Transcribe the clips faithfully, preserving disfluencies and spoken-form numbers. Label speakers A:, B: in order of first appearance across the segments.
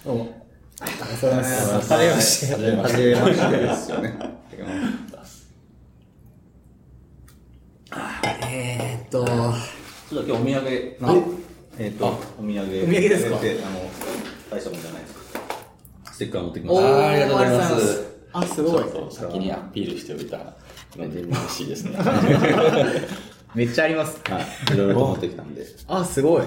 A: どうも。ありがとうございます。はじめまして。
B: はじめましてですよね。
A: えーっと、
B: ちょっと今日お土産なんで、えーっと、お土産。お土
A: 産ですか？
B: あの、大したもんじゃないですか。ステッカー持ってきまし
A: おー
B: た。
C: ありがとうございます。
A: あ、すごい。
C: ちょっと先にアピールしておいたので嬉しいですね。
A: めっちゃあります。
B: はい。いろいろと持ってきたんで。
A: あ、すごい。
B: はい。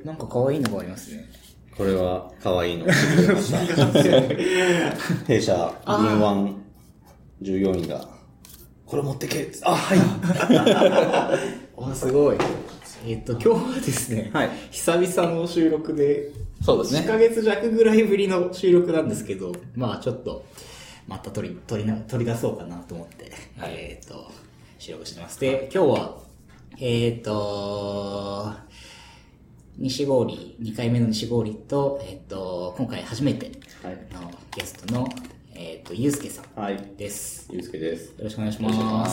A: なんか可愛いのがありますね。
B: これは可愛いのをしてくれました。弊社、敏腕従業員が、これ持ってけ。あ、はい。
A: あ、すごい。えっと、今日はですね、
B: はい、
A: 久々の収録で、
C: そうですね。
A: いっかげつ弱ぐらいぶりの収録なんですけど、まあちょっと、また取り、取りな、取り出そうかなと思って、はい、えっと、収録してます。で、今日は、えっと、西郡、にかいめの西郡と、えっと、今回初めてのゲストの、えっと、ゆうすけさんです。
B: ゆうすけです。
A: よろしくお願いします。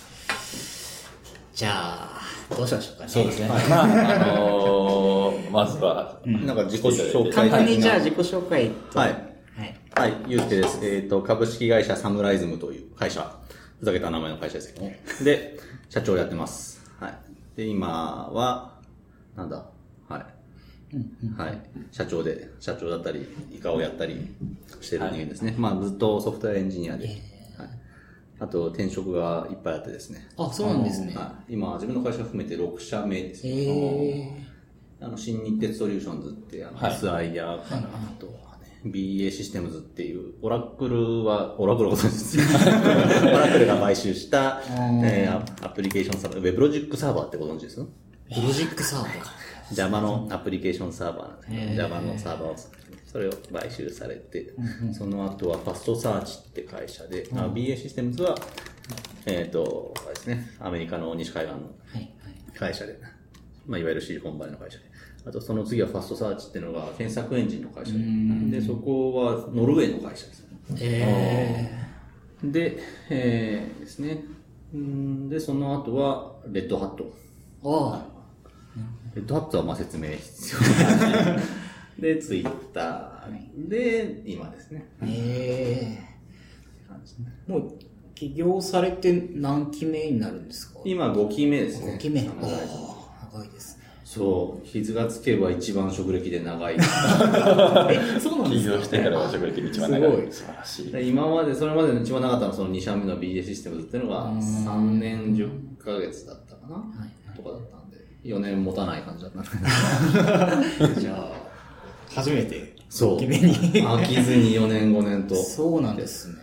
A: じゃあ、どうしましょうかね。
C: そうですね。はい、まあ、あのー、まずは、
B: うん、なんか自己紹介。
A: 簡単にじゃあ自己紹介と。
B: はい。はい。はい、ゆうすけです。えっ、ー、と、株式会社サムライズムという会社、ふざけた名前の会社ですけども。で、社長やってます。はい。で、今は、なんだ、はい。うんうん、はい。社長で、社長だったり、イカをやったりしてる人間ですね。はい、まあ、ずっとソフトウェアエンジニアで。はい。あと、転職がいっぱいあってですね。
A: あ、そうなんですね。
B: はい。今、自分の会社含めてろく社目ですね。
A: へ
B: あの、新日鉄ソリューションズって、あの、はい、エスアイ や、かな、あとはね、ビーエー システムズっていう、オラクルは、オラクルご存知ですね。オラクルが買収した、えー、アプリケーションサーバー、ウェブロジックサーバーってご存知ですか？
A: ロジックサーバー。
B: Java のアプリケーションサーバーなんですけど、Java のサーバーを作って、それを買収されて、うんうん、その後はファストサーチって会社で、うん、ビーエー システムズは、えっ、ー、と、あれですね、アメリカの西海岸の会社で、はいはい、まあ、いわゆるシリコンバレーの会社で。あと、その次はファストサーチっていうのが検索エンジンの会社で、で、そこはノルウェーの会社です。
A: へ
B: ーで、えー、ですね。で、その後は、レッドハット。
A: ああ。
B: レッドハットはまあ説明必要で、ツイッターで、今ですね。
A: へえー。もう、起業されて何期目になるんですか？
B: 今ごきめですね。
A: ごきめ。長いですね。
B: そう、傷がつけば一番職歴で長い。
A: え、そうなんですか？
C: 起業してからは職歴で一番長い。すごい。素晴らしい。
B: 今まで、それまでの一番長かったのはそのに社目の ビーエー システムズっていうのがさんねんじゅっかげつだったかな、はい、とかだったんで、よねん持たない感じだったんで。
A: じゃあ、初めて。
B: そう。
A: 決めに。
B: 飽きずによねんごねんと。
A: そうなんですね。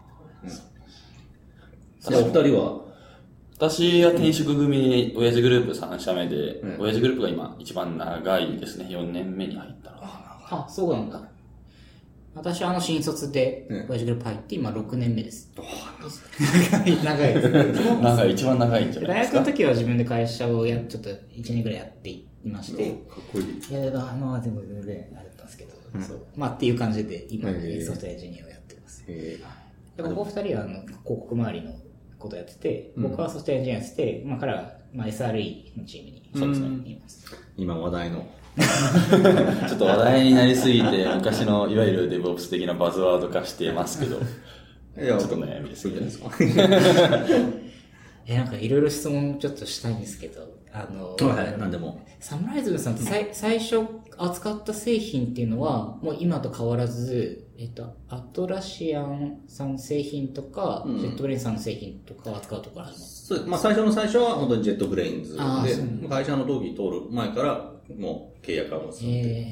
B: うん、で、お二人は
C: 私は転職組、親父グループさん社目で、うん、親父グループが今一番長いですね。よねんめに入ったの。
A: あ、そうなんだ。私はあの新卒で、親父グループ入って今ろくねんめです。長い、長いです。
C: 長い、一番長いんじゃないですか。
A: 大学の時は自分で会社をや、ちょっといちねんぐらいやっていまして。
B: かっこいい。
A: いや、あの、全部全然あれだったんですけど、うん、そう。まあっていう感じで今、ソフトウェアエンジニアをやってます。へー。で、ここ二人はあの、広告周りのことをやってて、うん、僕はソフトウェアエンジニアをしてて、まあ彼は、まあ エスアールイー のチームに、そうですね、います。
B: 今話題の。
C: ちょっと話題になりすぎて、昔のいわゆる DevOps 的なバズワード化してますけど、
B: いや
C: ちょっと悩みですね。
A: え、なんかいろいろ質問ちょっとしたいんですけど、あの、
B: はい、なんでも。
A: サムライズムさんって最最初扱った製品っていうのは、もう今と変わらず、えっと、アトラシアンさん製品とか、うん、ジェットブレインさんの製品とか扱うところあります。
B: そう、まあ最初の最初は本当にジェットブレインズで、会社の登記通る前からもう契約はもうする。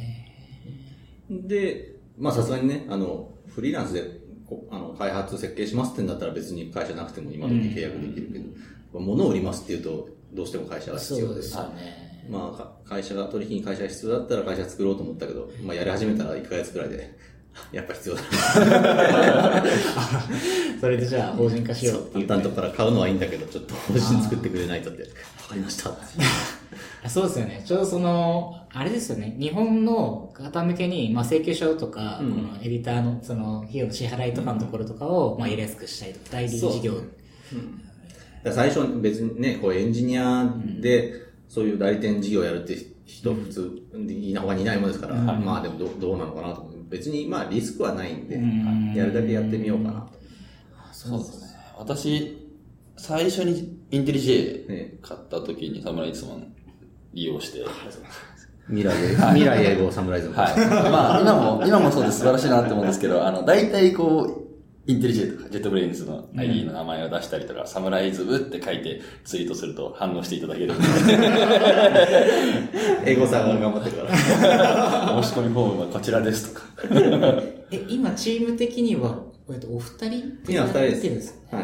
B: で、まあさすがにね、あの、フリーランスであの開発設計しますってんだったら別に会社なくても今時契約できるけど、うん、物を売りますっていうとどうしても会社が必要です。
A: そうですよね。
B: まあ会社が、取引に会社が必要だったら会社作ろうと思ったけど、まあやり始めたらいっかげつくらいで、やっぱ必要だな。
A: それでじゃあ法人化しようっていう。
B: 簡単とから買うのはいいんだけど、ちょっと法人作ってくれないとって、わかりましたって。
A: そうですよね。ちょうどその、あれですよね。日本の方向けに、まあ、請求書とか、うん、このエディターのその費用の支払いとかのところとかを、まあ、やりやすくしたりとか、代理事業。うん、
B: だ最初別にね、こうエンジニアで、そういう代理店事業をやるって人普通に他にいないものですから、
C: はい、
B: まあでもどどうなのかなと思う。別にまあリスクはないんで、やるだけやってみようかなと。
C: そうですね。私、最初にインテリジェ買った時にサムライズマン利用して、
B: 未来英語、未来英語サムライズマン。
C: はい。まあ今も、今もそうで素晴らしいなって思うんですけど、あの、大体こう、インテリジェとかジェットブレインズの アイディー の名前を出したりとか、うん、サムライズ部って書いてツイートすると反応していただける。
B: 英語さんが頑張ってるから。
C: 申し込みフォームはこちらですとか。
A: え、今チーム的には、お二人
B: 今二人です。
A: です
B: はい。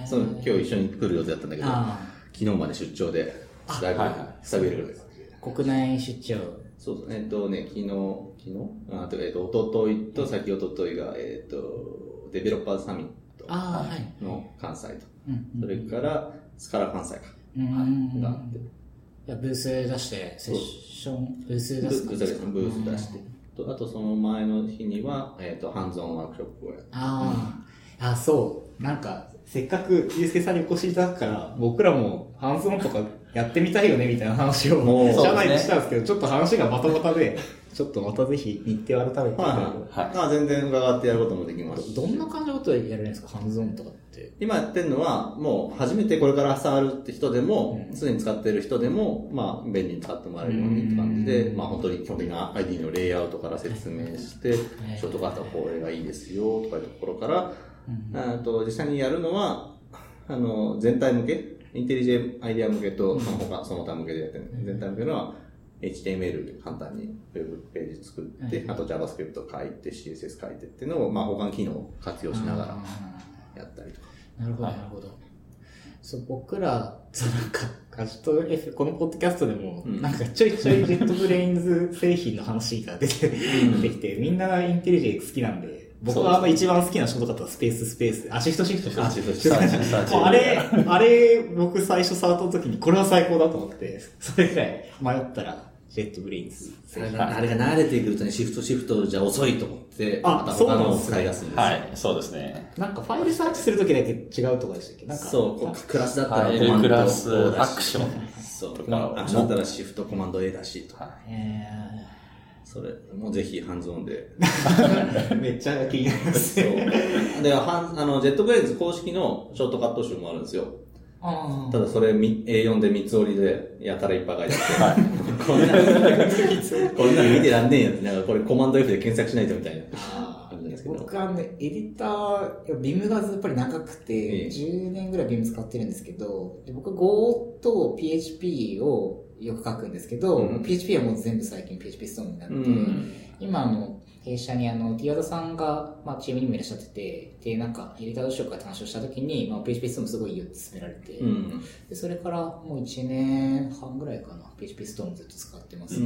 B: そう、今日一緒に来る予定だったんだけど、昨日まで出張で、だいぶ、久々です。
A: 国内出張。
B: そうそう、えっとね、昨日、昨日あと、えっと、おとといと、先おとといが、えっと、デベロッパーズサミットの関西と、それからスカラ関西か、があって。
A: いや、ブース出して、セッション、ブース出して。
B: ブース出して。あと、その前の日には、えっと、ハンズオンワークショップをやって。
A: ああ、そう。なんか、せっかくゆうすけさんにお越しいただくから、僕らもハンズオンとかやってみたいよねみたいな話を、社内でしたんですけど、ちょっと話がバタバタで、ちょっとまたぜひ日程を改めて。
B: はいはい。あ、全然伺ってやることもできます。
A: どんな感じのことでやれるんですか、ハンズオンとかって。
B: 今やってるのは、もう初めてこれから触るって人でも、すで、うん、に使ってる人でも、まあ、便利に使ってもらえるようにって感じで、まあ本当に基本的な アイディー のレイアウトから説明して、ショートカットはこれがいいですよ、とかいうところから、うん、と実際にやるのは、あの、全体向け、インテリジェアイデア向けと、その他、その他向けでやってる、うん、全体向けのは、エイチティーエムエル で簡単にウェブページ作って、うん、あと JavaScript 書いて、シーエスエス 書いてっていうのを、まあ他の機能を活用しながらやったりとか。
A: なるほど、なるほど。そう、僕ら、なんか、ちょっと、このポッドキャストでも、うん、なんかちょいちょいジェットブレインズ製品の話が出て、出てきて、みんなインテリジェ好きなんで、僕はあの一番好きなショートカットはスペーススペース。アシフトシフトして
B: アシフトシフト。
A: あれ、あれ、僕最初触った時にこれは最高だと思って、それくらい迷ったら、ジェットブレインズ。
B: あれが、あれが慣れてくるとね、シフトシフトじゃ遅いと思って、
A: あ、ま、そうなんです
B: ね。使い出すんですよ。
C: はい、そうですね。
A: なんかファイルサーチするときだけ違うとかでしたっけ？なんか
B: そう、クラスだったら
C: コマンド クラス、アクション。
B: そう、アクションだったらシフトコマンド A だし、とか。それ、もうぜひハンズオンで。
A: めっちゃ気になります
B: そう。で、ハン、あの、ジェットブレインズ公式のショートカット集もあるんですよ。ただそれ エーよん で三つ折りでやたらいっぱい書いてあって、こんなこんなの見てらんねえよって、なんかこれコマンド F で検索しないとみたいな感じですけど。
A: 僕はね、エディター、ビームがやっぱり長くて、じゅうねんぐらいビーム使ってるんですけど、僕 Go と ピーエイチピー をよく書くんですけど、うん、ピーエイチピー はもう全部最近 ピーエイチピー ストームになって、うん、今あの、弊社にあの、ティアダさんが、まあ、チームにもいらっしゃってて、で、なんか、エディターどうしようかって話をしたときに、まあ、ピーエイチピー ストームすごいいいよって勧められて、うん、で、それからもういちねんはんぐらいかな、ピーエイチピー ストームずっと使ってます。うん、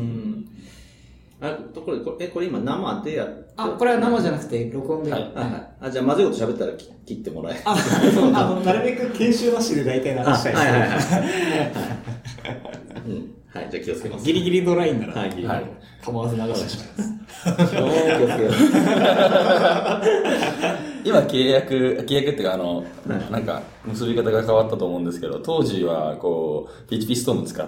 B: あ、これ、これ、え、これ今生でやって、
A: あ、これは生じゃなくて、録音で。はい。
B: はい。あ、じゃあ、まずいこと喋ったら切ってもらえる。
A: あ、そう、あの、なるべく研修なしで大体流したいです。はいはいはい。
B: うん。はい、じゃあ気をつけます。
A: ギリギリのラインなら、
B: はい、ギリギリ。
A: 構わず流してしまいます。
B: 気をつけよう。
C: 今契約、契約っていうかあの、なんか結び方が変わったと思うんですけど、当時はこう、ピーエイチピー ストーム使って、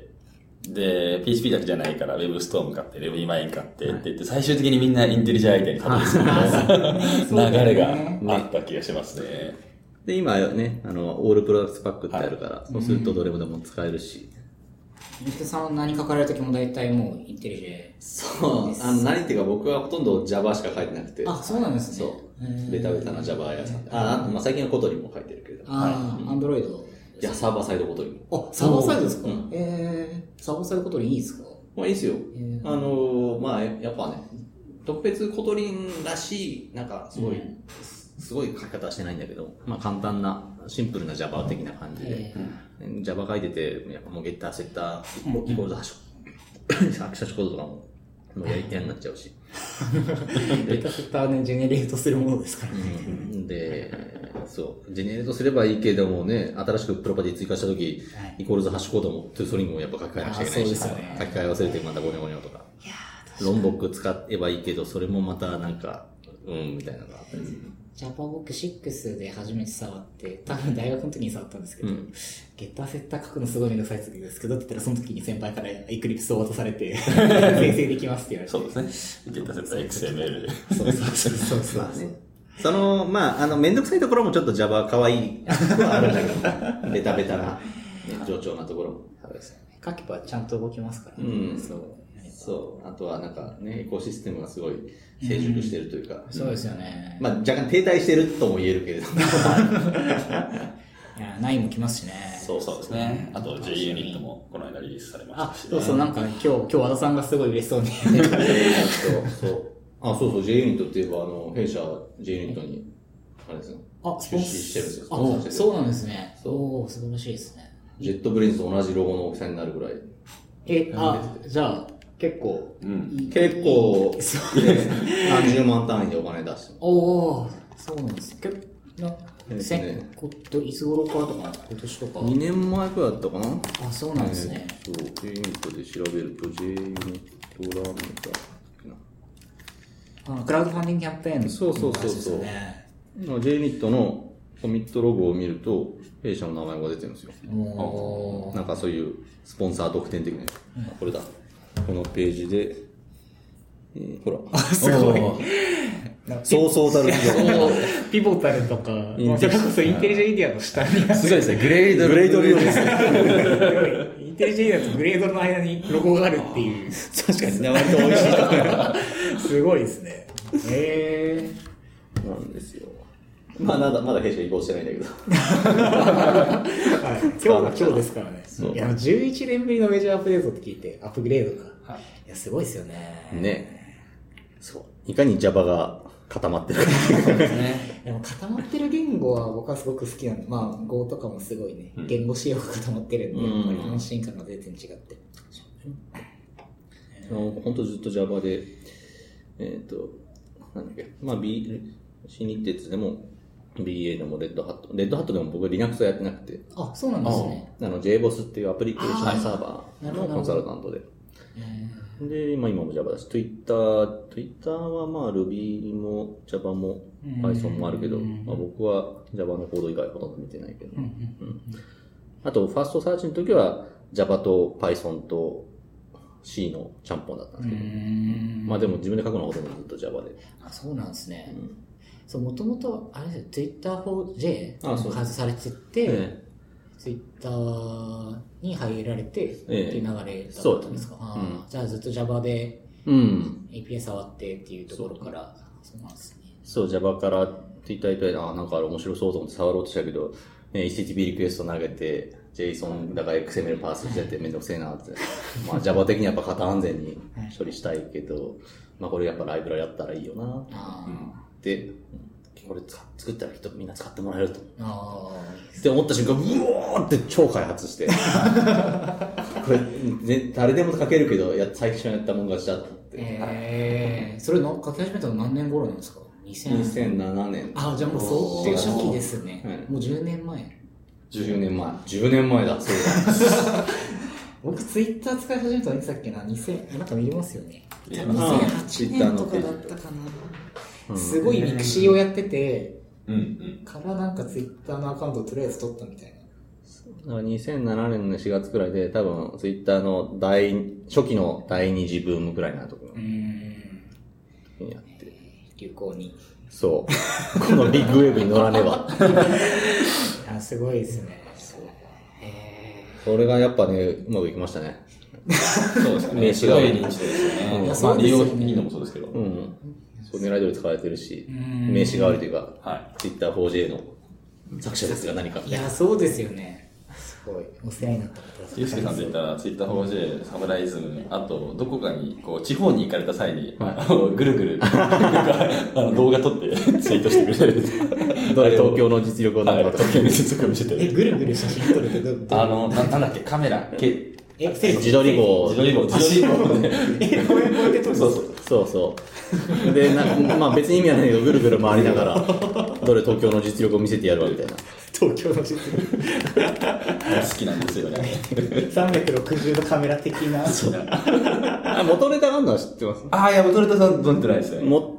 C: で、ピーエイチピー だけじゃないから Web ストーム買って、Web イマイン買ってって言って、最終的にみんなインテリジェ相手にたどり着くみたいな流れがあった気がしますね。
B: で、今ね、あの、オールプロダクツパックってあるから、はい、そうするとどれもでも使えるし。
A: 伊藤さんは何書かれるときも大体もうインテリジェ。
B: そう。あの、何っていうか僕はほとんど Java しか書いてなくて。
A: あ、そうなんですね。
B: そう。ベタベタな Java 屋さん。あ、まあ最近はコトリンも書いてるけど。
A: ああ、アンドロイド。
B: いや、サーバーサイドコトリン。
A: あ、サーバーサイドですか？うん、えー、サーバーサイドコトリンいいですか？
B: まあいいですよ。えー、あのー、まあやっぱね、特別コトリンらしい、なんかすごい、うん、すごい書き方はしてないんだけど、まあ簡単な、シンプルな Java 的な感じで、うん、Java 書いてて、やっぱもうゲッター、セッター、イコールドハッシュ、アクションコードとかも、もうやりたいになっちゃうし。
A: ゲッター、セッターね、ジェネレートするものですからね。
B: うん、で、そう、ジェネレートすればいいけどもね、新しくプロパティ追加したとき、はい、イコールドハッシュコードも、トゥーストリングもやっぱ書き換えなくちゃいけないし、ね、書き換え忘れてまたゴニョゴニョとか。ロンボック使えばいいけど、それもまたなんか、 うん、みたいなのがあったりする。
A: ジャパ僕ろくで初めて触って、多分大学の時に触ったんですけど、うん、ゲッターセッター書くのすごいめんどくさいですけどって言ったら、その時に先輩からエクリプスを渡されて、生成できますって言われて。
C: そうですね。ゲッターセッター エックスエムエル で。
A: そうそうそうそう。まあね。
B: その、まあ、あの、めんどくさいところもちょっと Java 可愛いはあるんだけど、ベタベタな、ね、冗長なところも。
A: そうですよね。書けばちゃんと動きますから
B: ね。うん。そう。そう。あとはなんかね、エコシステムがすごい成熟してるというか。
A: うん、そうですよね。
B: まあ若干停滞してるとも言えるけれども。い
A: や、ナインも来ますしね。
C: そうそうですね。あと J ユニットもこの間リリースされましたし、ね。
A: あ、そうそう、なんか今日、今日和田さんがすごい嬉しそうに。そう
B: そう。あ、そうそう、J ユニットって言えば、あの、弊社 J ユニットに、あれですね。
A: あ、
B: 出資してるんですよ。
A: あ、そうなんですね。おー、素晴らしいですね。
B: ジェットブレインズと同じロゴの大きさになるぐらい。
A: え、あ、じゃあ、結構、
B: うん、結構、ね、何十万単位でお金出して。
A: おー、そうなんです。結構、な、ね、いつ頃からとか、今年とか。
B: にねんまえくらいだったかな。
A: あ、そうなんですね。
B: えー、そう、J ユニットで調べると、J ユニットラーメン
A: あ、クラウドファンディングキャンペーン、ね、
B: そうそうそうそう。J ユニットのコミットロゴを見ると、弊社の名前が出てるんですよ。おなんかそういうスポンサー特典的な、うん、これだ。このページで、えー、ほら。
A: あ、すごい。
B: そうそうたる
A: ピボタルとか、それこそインテリジェイディアの下に。
C: すごいですね、グレード。
B: グレード量ですね。
A: インテリジェイディアとグレードの間にロゴがあるっていう。
B: 確かにね、割と美味しいとこ
A: ろ。すごいですね。へ
B: ー。なんですよ。まあ、まだ、まだ弊社移行してないんだけど。
A: はい、今日が今日ですからね。いや、じゅういちねんぶりのメジャーアップデートって聞いて、アップグレードが。はい、いや、すごいですよね。
B: ね。そう。いかに Java が固まってるか
A: ですね。でも固まってる言語は僕はすごく好きなんで、まあ Go とかもすごいね、うん、言語仕様が固まってるんで、やっぱり安心感が全然違って。
B: 本当ずっと Java で、えっ、ー、と、なんだっけ、まあ B、新日鉄でも ビーエー でもレッドハット、レッドハットでも僕 Linux はやってなくて。
A: あ、そうなんですね。
B: あの ジェイボス っていうアプリケーションサーバーのコンサルタントで。で、まあ今も Java だし、Twitter、Twitter はまあ Ruby も Java も Python もあるけど、まあ僕は Java のコード以外ほとんど見てないけど。うんうん、あと、ファーストサーチの時は Java と Python と C のちゃんぽんだったんですけど。まあでも自分で書くのはほとんどずっと Java で。
A: あ、そうなんですね。うん、そう、もともと、あれですよ、Twitter フォージェイ 開発されてて、ええ、Twitter に入られて、っていう流れだったんですか。あ、うん、じゃあずっと Java で、うん、エーピーアイ 触ってっていうところから、そうなんですね。
B: そう、Java から Twitter 行ったら、あ、なんか面白そうと思って触ろうとしたけど、ね、エイチティーティーピー リクエスト投げて、JSON だから エックスエムエル パースしててめんどくせえなって。まあ Java 的にやっぱ型安全に処理したいけど、まあこれやっぱライブラリやったらいいよなってこれ作ったら人みんな使ってもらえるとって思った瞬間、うおーって超開発してこれ、ね、誰でも書けるけどや最初にやったもん勝ちだと思って。
A: えー、それの書き始めたの何年頃なんですか？
B: にせんななねん。
A: あ、じゃあもう相当初期ですね、はい、もうじゅうねんまえ。
B: じゅうねんまえ。じゅうねんまえだ。そうだ。
A: 僕ツイッター使い始めたのいつだっけな、にせん、なんか見れますよね。にせんはちねんとかだったかな。すごいミクシーをやってて、うんうん、からなんかツイッターのアカウントをとりあえず取ったみたい
B: な。にせんななねんのしがつくらいで、多分ツイッターの第、初期の第二次ブームくらいなところ。うん。やって。
A: 流行に。
B: そう。このビッグウェーブに乗らねば。
A: あ、すごいですね。
B: それがやっぱね、うまくいきましたね。
C: そうですね。名刺代わりに認知度ですよね。うん、まあ、利用いいのもそうですけど。うん。
B: そう、狙い通り使われてるし、名刺代わりというか、はい、ツイッターフォージェイ の作者ですが何か。
A: いや、そうですよね。すごい。お世話になった方です。
C: ゆうすけさんと言ったら、ツイッターフォージェイ、サムライズム、あと、どこかに、こう、地方に行かれた際に、はい、あのぐるぐる、あの動画撮ってツイートしてくれるんですか？
B: 東京の実力をなんか、
C: 東京の実力を見せてる。
A: え、ぐるぐる写真撮るってどういうこと？
C: あの、な、なんだっけ、カメラ、け、
A: え、
B: 自撮り棒。
C: 自撮り棒、自撮り棒で。
A: え、こうやって撮る。
B: そうそう。そうそう。で、な、まあ別に意味はないけど、ぐるぐる回りながら、どれ東京の実力を見せてやるわみたいな。
A: 東京の実力。
C: 好きなんですよね。
A: さんびゃくろくじゅうどカメラ的な。
B: あ、元ネタがあるのは知ってます？
C: ああ、いや、元ネタさん、どんってないですね。
B: も、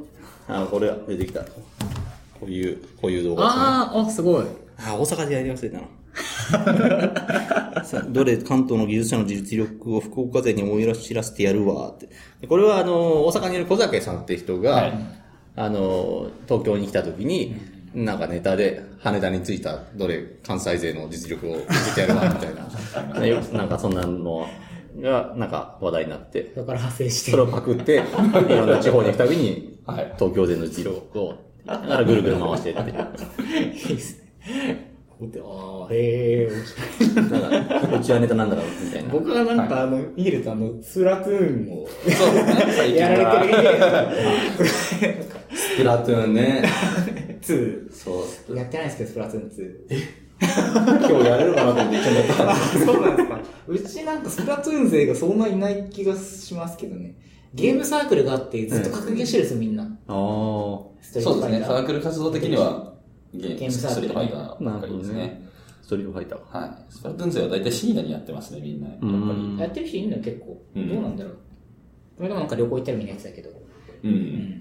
B: あ、これ出てきた。こういう、こういう動画ですね。
A: ああ、あ、すごい。
B: あ、大阪でやり忘れたな。さどれ関東の技術者の実力を福岡勢に思い知らせてやるわって。これはあの、大阪にいる小酒さんって人が、はい、あの、東京に来た時に、なんかネタで羽田に着いたどれ関西勢の実力を見せてやるわみたいな。なんかそんなのがなんか話題になって。
A: そこから派生して。
B: それをパクって、いろんな地方に行くたびに、東京勢の実力を、だからぐるぐる回してっていう。いいですね。ああ、へえ。なんか、うちはネタなんだろう、みたいな。
A: 僕はなんか、あの、見るとあの、スプラトゥーンを、やられてるイメージ。
B: スプラトゥーンね。
A: ツー。
B: そう。
A: やってないですけど、スプラトゥーンツー。
B: え今日やれるかなと思って一応やったんです
A: そうなんですか。うちなんかスプラトゥーン勢がそんないない気がしますけどね。ゲームサークルがあって、ずっと格ゲーしてるんですよ、みんな。ああ。
C: そうですね。サークル活動的には、ゲームサークルファイターばっかりですね。
B: ストリートファイター。
C: はい。スプラトゥーン勢は大体深夜にやってますね、みんな。やっぱ
A: り。やってる人いるの結構。どうなんだろう。これでもなんか旅行行ったらみんなやってたけど。
C: うん。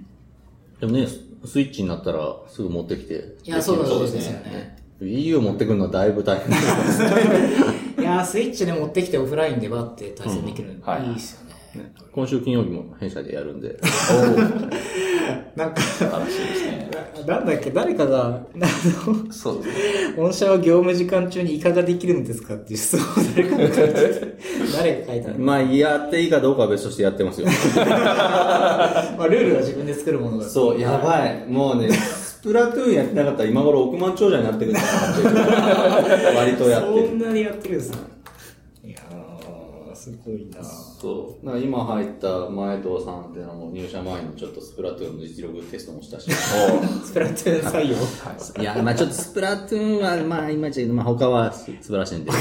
B: でもね、スイッチになったらすぐ持ってきて。
A: いや、そうですよね。
B: イーユー 持ってくるのはだいぶ大変です。
A: いや、スイッチで持ってきてオフラインでバって対戦できるの、うん、いいっすよね。
B: 今週金曜日も弊社でやるんで。
A: なんか、
C: 楽しいですね。
A: なんだっけ、誰かが、あ
C: の、そうですね。
A: 御社は業務時間中にいかができるのですかっていう質問を誰かが書いて誰が書いたの？
B: まあ、やっていいかどうかは別としてやってますよ。
A: まあ、ルールは自分で作るものだ。
B: そう、やばい。もうね、スプラトゥーンやってなかったら今頃億万長者になってくるんだなって割とやってる。
A: そんなにやってるんですか？いやー、すごいな。
B: そう。だから今入った前藤さんっていうのも入社前にちょっとスプラトゥーンの実力テストもしたし。
A: スプラトゥーン採用、
B: はい、いや、まあちょっとスプラトゥーンは、まあ今ちょっと、まあ他は素晴らしいんで。はい、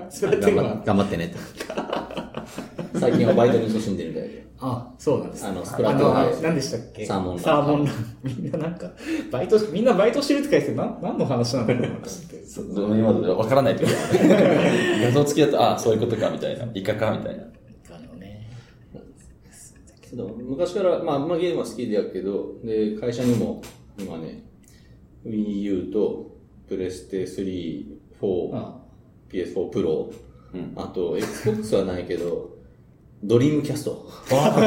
A: スプラトゥーンは
B: 頑張ってねって。最近はバイトに勤しんでるみたいで。
A: あ、そうなんです。
B: あの、スプラトゥーン
A: は。何でしたっけ？
B: サーモンラン。
A: サーモンラン。みんななんか、バイト、みんなバイトしてるって書いてて、な、何の話なのかなって。
C: 今までわからないとき画像付きだと、ああ、そういうことか、みたいな。イカか、みたいな。イカのね。
B: 昔から、まあ、まあゲームは好きだけど、で、会社にも、今ね、Wii U と、プレステスリー、フォー、ピーエスフォー Pro、うん、あと、Xbox はないけど、ドリームキャスト。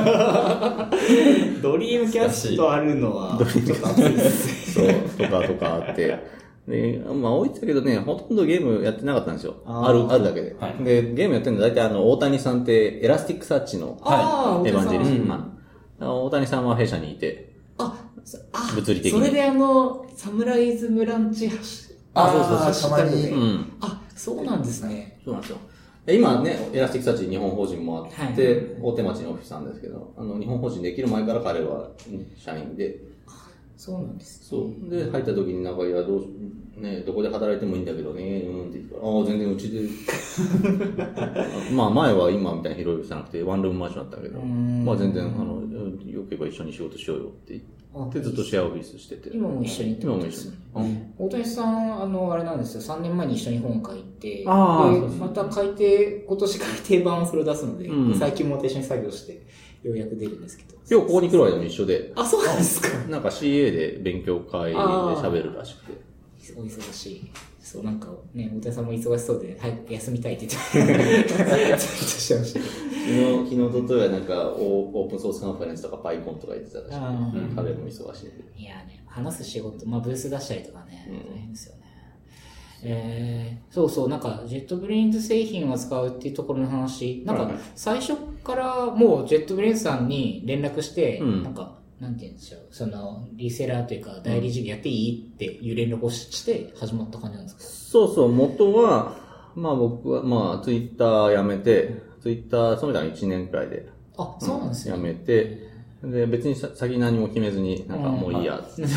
A: ドリームキャストあるのは、
B: ドリームキャスト。そう、とかとかあって。で、まあ置いてたけどね、ほとんどゲームやってなかったんですよ。ある、あるだけで。はい、で、ゲームやってるの大体あの、大谷さんって、エラスティックサーチの、はい、エヴァンジェリスト。まあ、大谷さんは弊社にいて、
A: あ、あ
B: 物理的に。
A: それであの、サムライズムランチ、
C: あ、そうそうそう、たまに。
A: うん。あ、そうなんですね。
B: そうなんですよ。今ね、エラスティックサーチ日本法人もあって、はい、大手町にオフィスなんですけど、あの、日本法人できる前から彼は社員で、
A: そうなんです、
B: ね。そう。で、入った時になんか、いや、どう、ね、どこで働いてもいいんだけどね、うんって言ったら、ああ、全然うちで。まあ、前は今みたいに広いじゃなくて、ワンルームマンションだったけど、まあ全然、あの、よければ一緒に仕事しようよって言って、ずっとシェアオフィスしてて。
A: 今も一緒にってことですよね。今も一緒に。大谷さん、あの、あれなんですよ、さんねんまえに一緒に本書いて、
B: あ
A: で、また改訂、今年改訂版をそれを出すので、うん、最近も一緒に作業して、ようやく出るんですけど。
B: 今日ここに来る間も一緒で。
A: あ、そうなんですか。
B: なんか シーエー で勉強会で喋るらしくて。
A: お忙しい。そう、なんかね、大谷さんも忙しそうで、早く休みたいって言って、ツイートしてましたけど。
B: 昨日、昨日ととはなんかオープンソースカンファレンスとか PyCon とか言ってたらしくて、彼も忙しいんで。
A: いやね、話す仕事、まあブース出したりとかね、うん、大変ですよね。えー、そうそう、なんか、ジェットブレインズ製品を扱うっていうところの話、なんか、最初からもうジェットブレインズさんに連絡して、うん、なんか、なんて言うんでしょう、その、リセラーというか、代理事業やっていいっていう連絡をして始まった感じなんですか？
B: そうそう、元は、まあ僕は、まあ、ツイッターやめて、ツイッター勤めたのいちねんくらいで。
A: あ、そうなんですね。
B: やめて、で、別に先何も決めずに、なんかもういいや、つって。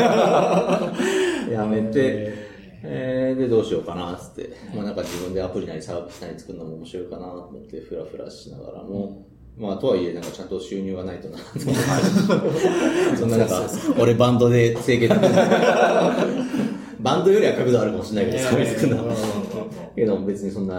B: やめて、えー、で、どうしようかな、つって。まあなんか自分でアプリなりサービスなり作るのも面白いかな、と思って、ふらふらしながらも、まあ、とはいえ、なんかちゃんと収入がないとな、そんななんか、俺バンドで生計立てバンドよりは角度あるかもしれないけど、サービス作るのは。けど別にそんな、こ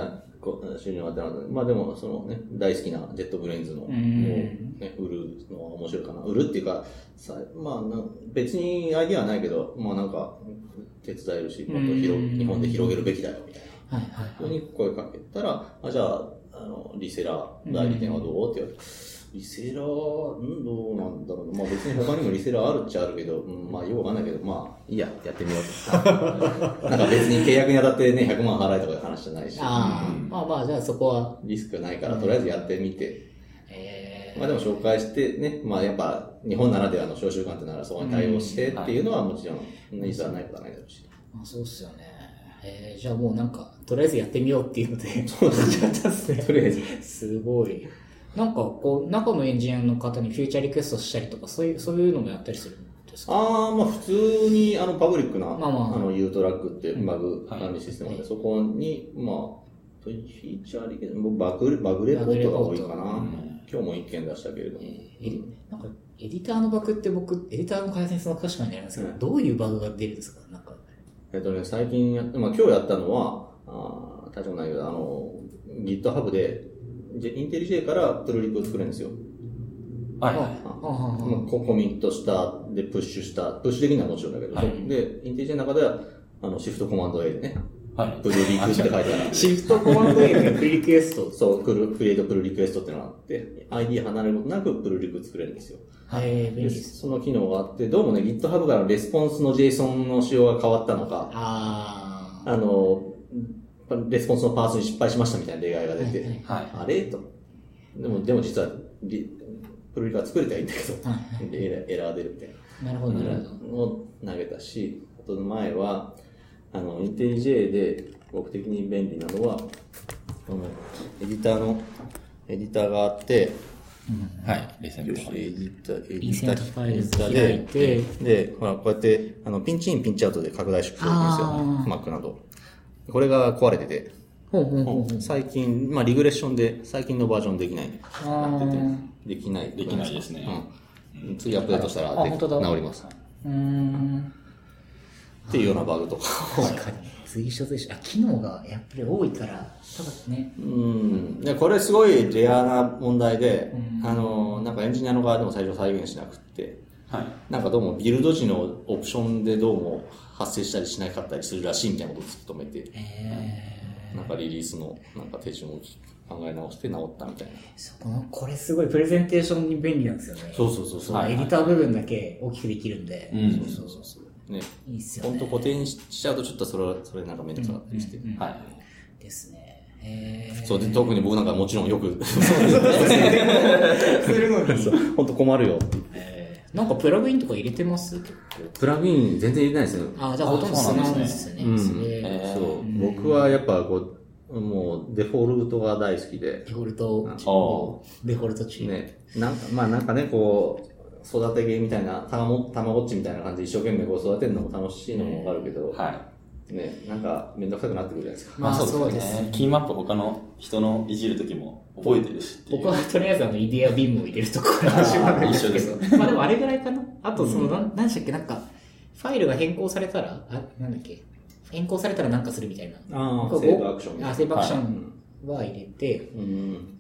B: こ収入が当てなかった。まあでも、そのね、大好きなジェットブレインズの、もうね、売るのは面白いかな。売るっていうか、さまあな、別にアイディアはないけど、まあなんか、手伝えるし、もっと広日本で広げるべきだよ、みたいな。
A: はいはい。
B: そこに声かけたら、あ、じゃあ、あの、リセラー、代理店はどうって言われて、リセラー、うん、どうなんだろうな。まあ別に他にもリセラーあるっちゃあるけど、うん、まあよくわかんないけど、まあいいや、やってみようと。なんか別に契約に当たってね、ひゃくまん払えとかいう話じゃないし。
A: ああ、うん、まあまあ、じゃあそこは。
B: リスクないから、とりあえずやってみて。
A: え
B: ー、まあでも紹介してね、まあやっぱ日本ならではの召集官ってならそこに対応してっていうのはもちろん、ニーズはないことはないだろうし。
A: あ、そうっすよね。えー、じゃあもうなんか、とりあえずやってみようっていうので、そうなっちゃったっすね。
B: とりあえず。
A: すごい。なんかこう、中のエンジニアの方にフューチャーリクエストしたりとか、そういう、そういうのもやったりするんですか？
B: ああ、まあ普通に、あの、パブリックな、
A: まあまあ、
B: あの、U トラックってバグ管理システムで、
A: はい、
B: そこに、まあ、フィーチャーリクエスト、僕バグ、バグレポートが多いかな。うん、今日も一件出したけれども。
A: えー、なんか、エディターのバグって僕、エディターの開発にその詳しくないんですけど、うん、どういうバグが出るんですか？なんか。
B: えっとね、最近やって、まあ今日やったのは、ああ、大丈夫ないけど、あの、GitHub で、インテリジェからプルリクを作れるんですよ。
C: はい。
B: ココミットした、で、プッシュした、プッシュできるのはもちろんだけど、はい、で、インテリジェの中では、あの、シフトコマンド A でね、はい、プルリクって書いてある。
A: シフトコマンド A でプルリクエスト
B: そう、クリエイトプルリクエストってのがあって、アイディー 離れることなくプルリク作れるんですよ。
A: はい、便利です。
B: その機能があって、どうもね、GitHub からレスポンスの JSON の仕様が変わったのか、
A: あ
B: あの、レスポンスのパースに失敗しましたみたいな例外が出て、はいはい、あれと。でも、でも実は、プルリクは作れたらいいんだけど、はい、エラー出るみたい
A: な。なるほど、なるほど。
B: を投げたし、あと前は、あの、インテリジェで僕的に便利なのは、このエディターの、エディターがあって、
C: うん、はい、
B: リセント。エディター、エデ
A: ィター、ファイルズ
B: 開いて、で、ほら、こうやって、あの、ピンチイン、ピンチアウトで拡大縮小できるんですよ。Mac など。これが壊れてて、
A: ほうほうほうほう
B: 最近、まあ、リグレッションで、最近のバージョンできないなってて、できない。
C: できないですね。
B: うん。次アップデートしたらで治ります。
A: うーん。
B: っていうようなバグとか。
A: 確かに。随所随所。あ、機能がやっぱり多いから、ただね。
B: うん。で、これすごいレアな問題で、あの、なんかエンジニアの側でも最初再現しなくって、はい。なんかどうもビルド時のオプションでどうも発生したりしなかったりするらしいみたいなことを突っ込めて、えー、なんかリリースのなんか手順を考え直して直ったみたいな。
A: そこの、これすごいプレゼンテーションに便利なんですよね。
B: そうそうそうそう。
A: エディター部分だけ大きくできるんで。
B: うん。そうそうそう。ね。
A: いいっすよね。
B: ほんと固定にしちゃうとちょっとそれ、それなんかめんどくさかったりして。うんうんうん、
A: はい。ですね。へー。
B: そう、で、特に僕なんかもちろんよく。そう
A: ですね。するのに。
B: そう、ほんと困るよって言って。
A: なんかプラグインとか入れてます？
B: プラグイン全然入れてないですよ。
A: あ、じゃあほとんど素なんですね。
B: うん。そう。僕はやっぱこう、もうデフォルトが大好きで。
A: デフォルト。デフォルトチーム。
B: ね。なんか、まあなんかね、こう、育て芸みたいな、たまご、たまごっちみたいな感じで一生懸命こう育てるのも楽しいのもわかるけど。はい。ね、なんかめんどくさくなってくるじゃないですか。
C: まあそうですね。キーマップ他の人のいじるときも覚えてるし。
A: 僕はとりあえずあのイデアビームを入れるところから始まるんですけど。まあでもあれぐらいかな。あとその、なん、何でしたっけ、なんか、ファイルが変更されたら、あ、なんだっけ、変更されたらなんかするみたいな。
B: ああ、セーブアクション。
A: あ、セーブアクションは入れて、うん、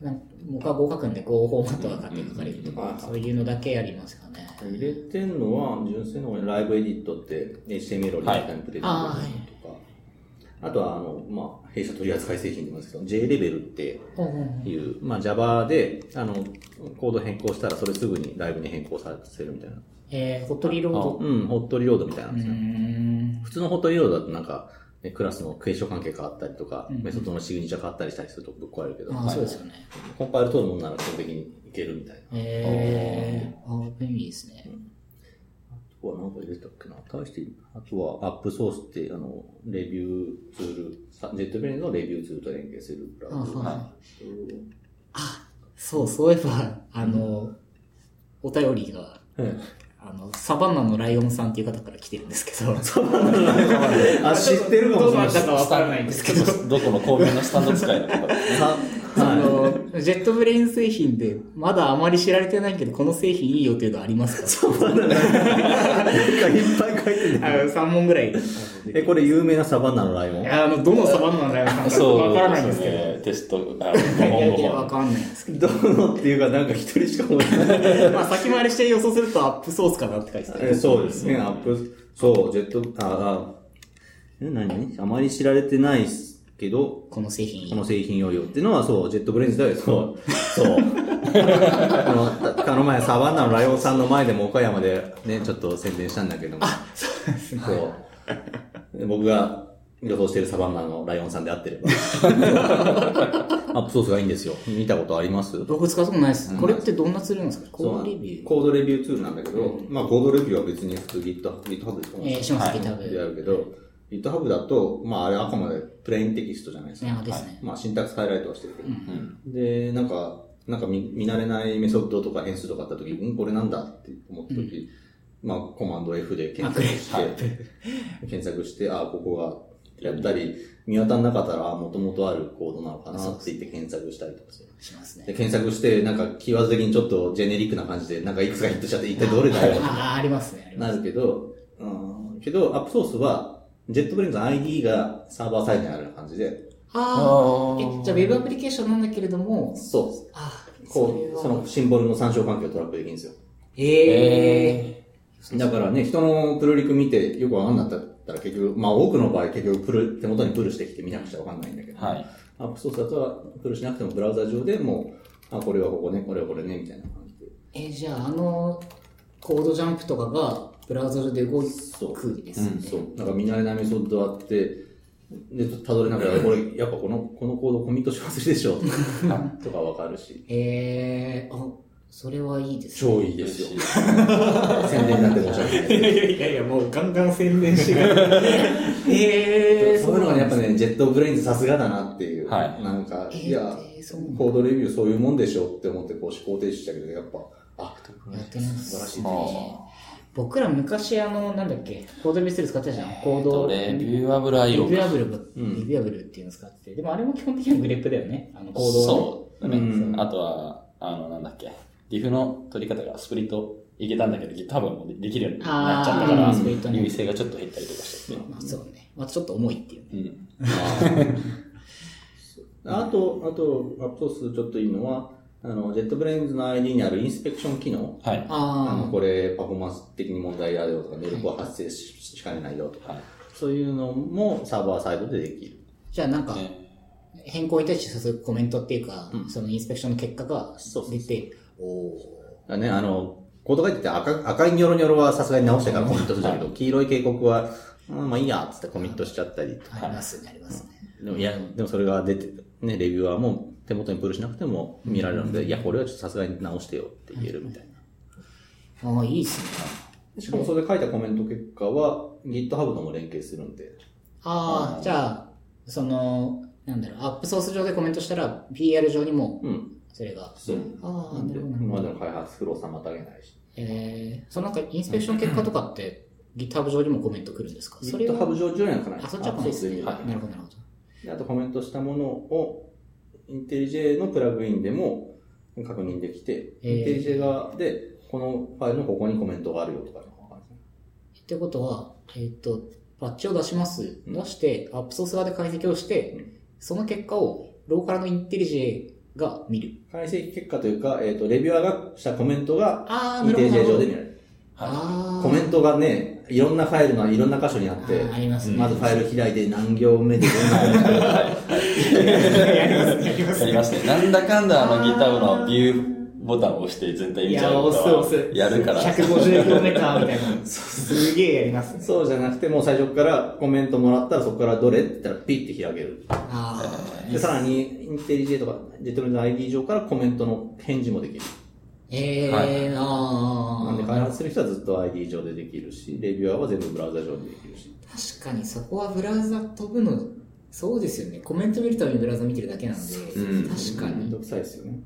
A: なん僕は合格んでGoフォーマットが勝手に書かれるとか、そういうのだけやりますかね。
B: 入れてんのは、純正のライブエディットって エイチティーエムエル をリアルタイムプレゼントとか、あとは、あの、まあ、弊社取扱製品で言いますけど、J レベルっていう、まあ、Java で、あの、コード変更したらそれすぐにライブに変更させるみたいな。
A: えー、ホットリロード
B: うん、ホットリロードみたいなんですよ。普通のホットリロードだとなんか、ね、クラスのクエスチョン関係変わったりとか、うん、メソッドのシグニチャー変わったりしたりするとぶっ壊れるけど。
A: ああ、そうですよね。
B: コンパイル通るものなら基本的にいけるみたいな。
A: えー、ああ、便利ですね。うん
B: あとは何か入れたっけな対して、あとはアップソースって、あの、レビューツール、ジェットブレインのレビューツールと連携するプラグ。あ、
A: あ、そう、そういえば、あの、お便りが、うん、あの、サバンナのライオンさんっていう方から来てるんですけど、サバンナのライオン
B: あ、知ってるかもしれない。
A: どうなったかわからないんですけど。
C: どこの公共のスタンド使いの方ですね。
A: その、ジェットブレイン製品で、まだあまり知られてないけど、この製品いいよっていうのありますか？
B: そうなんだ。なんかいっぱい書いてる。
A: あさん問ぐらい。
B: え、これ有名なサバンナのライオン？
A: あの、どのサバンナのライオンさんか
C: そう
A: わからないんですけど。
C: ね、テスト、あ
A: いやいや、わ
C: の、
A: かんないですけど。
B: どのっていうか、なんか一人しか思えない。
A: まあ、先回りして予想するとアップソースかなって書いてた。
B: えそうですね、アップ、そう、ジェット、あ、あ、え、何あまり知られてないけど、
A: この製品いい
B: この製品用よっていうのは、そう、ジェットブレインズだよ、そう。そう。この、この前、サバンナのライオンさんの前でも岡山でね、ちょっと宣伝したんだけども。
A: あ、そうですね。
B: そう。僕が予想してるサバンナのライオンさんであってれば。アップソースがいいんですよ。見たことあります？
A: 僕使ったことないです。これってどんなツールなんですか？コードレビュー。
B: コードレビューツールなんだけど、まあコードレビューは別に普通 GitHub、GitHub でしょ？
A: えー、します、GitHub。
B: でやるけど、GitHub だと、まああれあくまでプレインテキストじゃないですか。
A: あですね。
B: まあシンタックスハイライトはしてるけど。で、なんか、なんか見見慣れないメソッドとか変数とかあった時に、んこれなんだって思った時、まあコマンド F で検索して、検索して、ああ、ここがやったり、見当たんなかったら、もともとあるコードなのかなって言って検索したりとかする。
A: しますね。
B: で、検索して、なんか、キーワード的にちょっとジェネリックな感じで、なんかいくつかヒットしちゃって、一体どれだよって
A: ああ、ありますね。
B: なるけど、うん、けど、アップソースは、ジェットブレインズの アイディー がサーバーサイドにある感じで、
A: ああ、え、じゃあ Web アプリケーションなんだけれども、
B: そう。
A: あ
B: こう、そのシンボルの参照環境をトラックできるんですよ。
A: ええー。
B: だからね、人のプルリク見てよくわかんなかったら結局、まあ多くの場合結局プル、手元にプルしてきて見なくちゃわかんないんだけど、
C: はい。
B: アップソースだとプルしなくてもブラウザ上でもう、あ、これはここね、これはこれね、みたいな感じで。
A: えー、じゃああの、コードジャンプとかがブラウザ上で動くですね。
B: そう。なんか見慣れないメソッドあって、で、辿りながら、これ、やっぱこの、このコードコミットし忘れでしょとかわかるし。
A: えー、あ、それはいいですね。
B: 超いいですよ。宣伝になって申し訳ない。
A: いやいや、もうガンガン宣伝してくえー、
B: そういうのがね、やっぱね、ジェットブレインズさすがだなっていう。
C: はい。
B: なんか、
A: えー、
B: いや、コードレビューそういうもんでしょって思ってこう思考停止したけど、やっぱ、あ、
A: やってみます。
B: 素晴らしい
A: ね。僕ら昔あの、なんだっけ、コードレビューツール使ってたじゃん。コード。
C: レビューアブル アイオー。
A: レビューアブル、レビューアブルっていうの使ってて。でもあれも基本的にはグレップだよね。あの、コードを。
C: そうだね。あとは、あの、なんだっけ。リフの取り方がスプリットいけたんだけど、GitHub もできるようになっちゃったから、優位性がちょっと減ったりとかしてて。
A: まあ、そうね。まあ、ちょっと重いっていうね。
B: うん。あと、あと、アップソースちょっといいのは、あの、ジェットブレインズの アイディー にあるインスペクション機能。
C: はい。
B: あの、これ、パフォーマンス的に問題があるよとか、ネルコは発生しかねないよとか、はい、そういうのもサーバーサイドでできる。
A: じゃあなんか、変更に対してさせるコメントっていうか、うん、そのインスペクションの結果が出て、お
B: ー。ね、あの、コード書いてて赤赤いニョロニョロはさすがに直してからコミットするんだけど、はい、黄色い警告は、うん、まあいいや、つってコミットしちゃったりとか。
A: ありますね、ありますね。
B: うん、でもいや、でもそれが出て、ね、レビューアーも手元にプルしなくても見られるので、うん、いや、これはちょっとさすがに直してよって言えるみたいな。
A: ああ、いいっすね。
B: しかもそれで書いたコメント結果は GitHub とも連携するんで。
A: ああ、じゃあ、その、なんだろう、アップソース上でコメントしたら ピーアール 上にも、それが。
B: うん、そう。
A: ああ、なるほど。
B: 今までの開発フロー妨げないし。
A: えー、そのなんかインスペクション結果とかって GitHub 上にもコメント来るんですか？
B: それ GitHub 上には来ない。
A: あ、そっちは来ないですね。はい。なるほど、なるほ
B: ど。あとコメントしたものを、インテリジェのプラグインでも確認できて、えー、インテリジェ側で、このファイルのここにコメントがあるよとか、ね、
A: ってことは、えっと、パッチを出します。出して、アップソース側で解析をして、うん、その結果をローカルのインテリジェが見る。
B: 解析結果というか、えっ、ー、と、レビュアーがしたコメントが、インテリジェ上で見られる。はい、コメントがね、いろんなファイルのいろんな箇所にあって、
A: あありますね、
B: まずファイル開いて何行目でどんなコメントが
A: やりますね、やりますね。
C: やりますね。なんだかんだあの GitHub のビューボタンを押して全体見ちゃうことはやるから。
A: ひゃくごじゅうキロメーターみたいな。すげえやりますね。
B: そうじゃなくて、もう最初からコメントもらったらそこからどれって言ったらピッて開ける。あでさらに、インテリジェとか、ジェットブレインズの アイディー 上からコメントの返事もできる。
A: ええー、はい、あ
B: なんで開発する人はずっと アイディー 上でできるし、レビュアーは全部ブラウザ上でできるし。
A: 確かにそこはブラウザ飛ぶの、そうですよね。コメント見るためにブラウザ見てるだけなんで、うん、確かに。
B: めんどくさいですよね。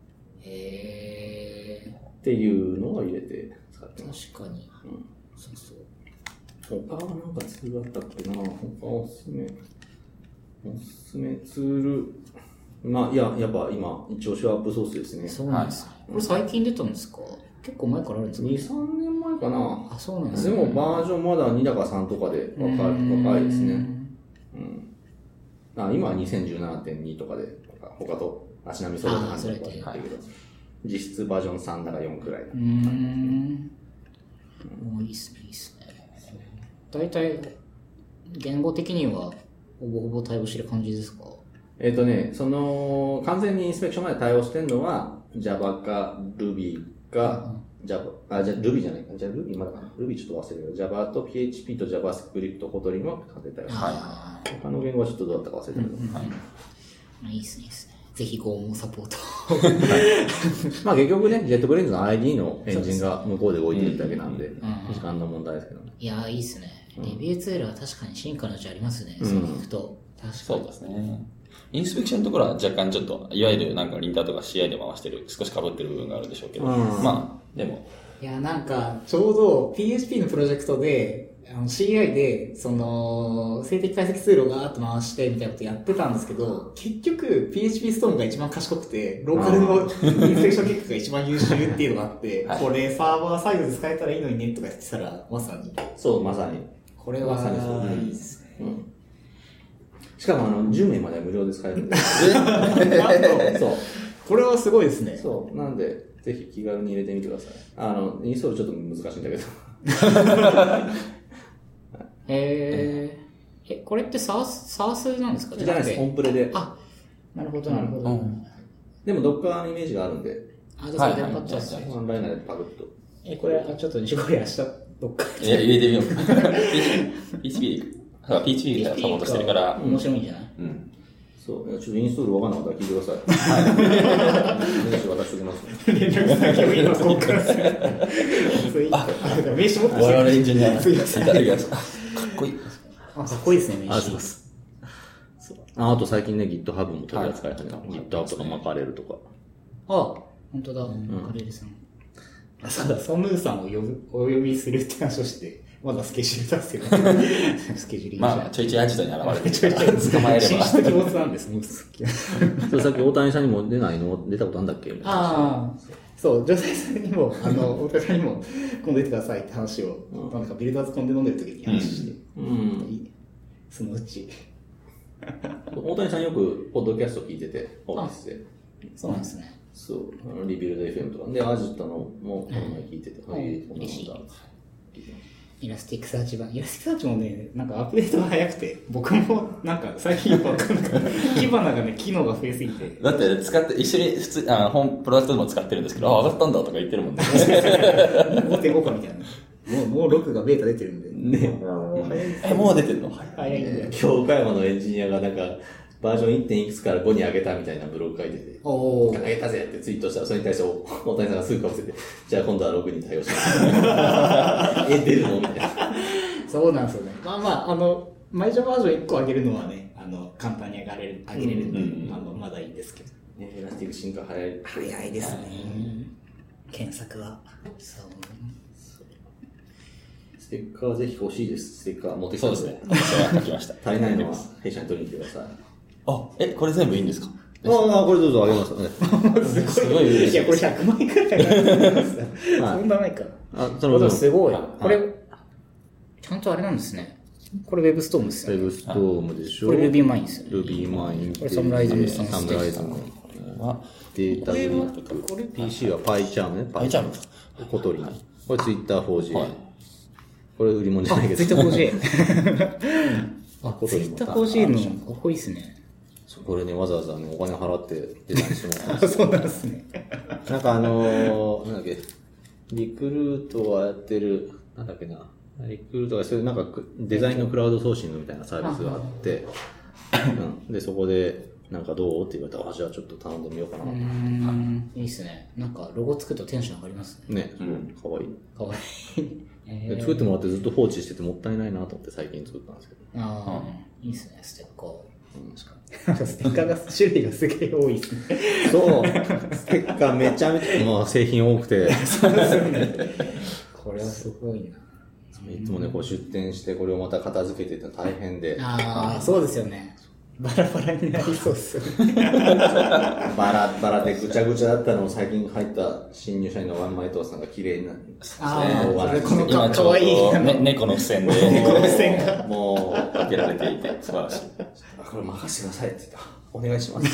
A: へえー。
B: っていうのを入れて使ってます。
A: 確かに。うん。そうそう。
B: 他はなんかツールあったっけな。他おすすめ。おすすめツール。 まあ、いや、やっぱ今、調子はアップソースですね。
A: そうなんですね。これ最近出たんですか？結構前からあるんですか？
B: に、さんねんまえかな。
A: あ、そうなんですね。
B: でもバージョンまだにだかさんとかで若い、若いですね。うん。あ、今は にせんじゅうななてんに とかで、他と足並み揃えた感じだったけど、実質バージョンさんだかよんくらいだ。
A: うーん。もういいっすね、いいっすね。大体、言語的には、ほぼほぼ対応してる感じですか？
B: えっとね、その、完全にインスペクションまで対応してるのは、Java か Ruby か、Java、あ、じゃ Ruby じゃないか。じゃあ Ruby まだかな。Ruby ちょっと忘れるけど、Java と ピーエイチピー と JavaScript、Kotlin は完全対応してる。はい。他の言語はちょっとどうだったか忘れたけど。うんうん、はい。
A: まあ、いいっすね、いいっすね。ぜひ Go もサポート。
B: まあ結局ね、JetBrains の アイディー のエンジンが向こうで動いてるだけなんで、うん、時間の問題ですけどね。
A: いやー、いいっすね。レビューツールは確かに進化のうちありますね。うん、そう聞くと。確かに。
C: そうですね。インスペクションのところは若干ちょっと、いわゆるなんかリンターとか シーアイ で回してる、少し被ってる部分があるでしょうけど、うん、まあ、でも。
A: いや、なんか、ちょうど ピーエイチピー のプロジェクトで、あの シーアイ で、その、静的解析ツールをガーッと回してみたいなことやってたんですけど、結局 ピーエイチピー ストームが一番賢くて、ローカルのインスペクション結果が一番優秀っていうのがあって、はい、これサーバーサイドで使えたらいいのにねとか言ってたら、まさに。
B: そう、まさに。
A: これは、
B: まさにそう、
A: いいですね。うん
B: しかもあの、じゅうめいまでは無料で使えるんで。
A: そう。これはすごいですね。
B: そう。なんで、ぜひ気軽に入れてみてください。あの、インストールちょっと難しいんだけど。
A: へー。え、これってサース、サースなんですか？
B: じゃないです。オンプレで。
A: あ、なるほど、なるほど。うん、
B: でも、ドッカーのイメージがあるんで。
A: あ、じゃあそれでよかったですね。
B: オンラインでパクッと。
A: え、これ、あちょっとこれ明日、どっか。
C: いや、入れてみよう。ピーエイチピー でいく。ピーエイチピー がサポートしてるから。
A: 面白いんじゃない？
C: うん。
B: そう。ちょっとインストールわかんなかったら聞いてください。はい。名刺渡しておきますね。連絡先を今交換する。あ、
A: 名刺持って
C: 我々エンジニア。いただきます。かっこいい。
A: あ、かっこいいですね、名刺。
B: ありがとうございます。あ、あと最近ね、GitHub も取り扱い始めた。GitHub とかマカレルとか。
A: あ、本当だ。マカレルさん。あ、そうだ、ソンヌーさんを呼ぶ、お呼びするって話をして、まだスケジュール出すけど、スケジュール
C: まあ、ちょいちょいアジトに現れて、
A: ちょいちょい
C: 捕まえれば。
A: 進出鬼没なんです、もう
B: それさっき大谷さんにも出ないの出たことあるんだっけみたいな。
A: ああ、そう、女性さんにも、あの、大谷さんにも、今度出てくださいって話を、うん、なんかビルダーズコンで飲んでる時に話して、うん。うん、そのうち。
B: 大谷さんよく、ポッドキャスト聞いてて、オフィスで。
A: そうなんですね。
B: そう、あのリビルド エフエム とか。で、アジトのも、この前聞いてて、
A: はい、嬉しい。イラスティックサーチ版。イラスティックサーチもね、なんかアップデートが早くて、僕もなんか最近よくわかんなかった。キバナがね、機能が増えすぎて。
C: だって使って、一緒に普通、あ本、プロダクトでも使ってるんですけど、あ、上がったんだとか言ってるもんね。
A: ごてんごかみたいな。もう、もうろくがベータ出てるんで。
B: ね。
C: え、もう出てるの
A: 早いんだよ。
B: 今日岡山のエンジニアがなんか、バージョン いってん いくつからごに上げたみたいなブログ書いてて、
A: お
B: 上げたぜってツイートしたら、それに対して大谷さんがすぐかぶせて、じゃあ今度はろくに対応します。え、出るのみたいな。
A: そうなんですよね。まあまあ、あの、毎週バージョンいっこ上げるのはね、あの、簡単に上がれる、上げれるんで、うんうん、あの、まだいいんですけど。
B: ね、エラスティック進化早い。
A: 早いですね。検索は。そう。
B: ステッカーぜひ欲しいです。ステッカー持ってき
C: た。そうですね。それは書きました。
B: 足りないのは弊社に取りに来てください。
C: あ、え、これ全部いいんですか？
B: ああ、これどうぞあげますね。
A: すごい。いや、これひゃくまんえんくらいなんですよ。そんなないか。
B: あ、その
A: すごい。これ、ちゃんとあれなんですね。これ WebStorm ですよね。
B: WebStorm でしょ。
A: これ RubyMine ですよね。
B: RubyMine。
A: これサムライズの
B: サムライズのデータグリップ。これ ピーシー は PyCharm ね。
C: PyCharm。
B: コトリン。これ Twitter フォージェー。これ売り物じゃないけど。
A: Twitter フォージェー。あ、Twitter フォージェー のかっこいいっすね。
B: これね、わざわざね、お金払ってデザインしてもらったんです
A: よ。そうなんですね。
B: なんかあのー、なんだっけ、リクルートはやってる、なんだっけな、リクルートがそういうなんかデザインのクラウドソーシングみたいなサービスがあって、うん、で、そこで、なんかどうって言われたら、あ、じゃあちょっと頼んでみようかな。うー
A: ん、いいっすね。なんかロゴ作るとテンション上がりますね。
B: ね、うん、かわいい。
A: かわいい。
B: えー、作ってもらってずっと放置しててもったいないなと思って最近作ったんですけど。
A: ああ、いいっすね、ステッカー。うん、確かに。ステッカーが、種類がすげえ多いですね。
B: そう。ステッカーめちゃめちゃ、まあ製品多くて。
A: そうですよね。これはすごいな。
B: いつもね、こう出店して、これをまた片付けてて大変で。
A: ああ、そうですよね。 バラバラになりそうっすよね。
B: バラバラでぐちゃぐちゃだったのを最近入った新入社員のワンマイトワさんが綺麗になる。
A: ああ、
B: ね
A: この
C: 今ちょう
A: かわいい。
C: ど、ね、猫の付箋で、
A: 猫の付箋が。
B: もう、
C: 分けられていて、素晴らしい。
B: あ、これ任せてくださいって言った。お願いします。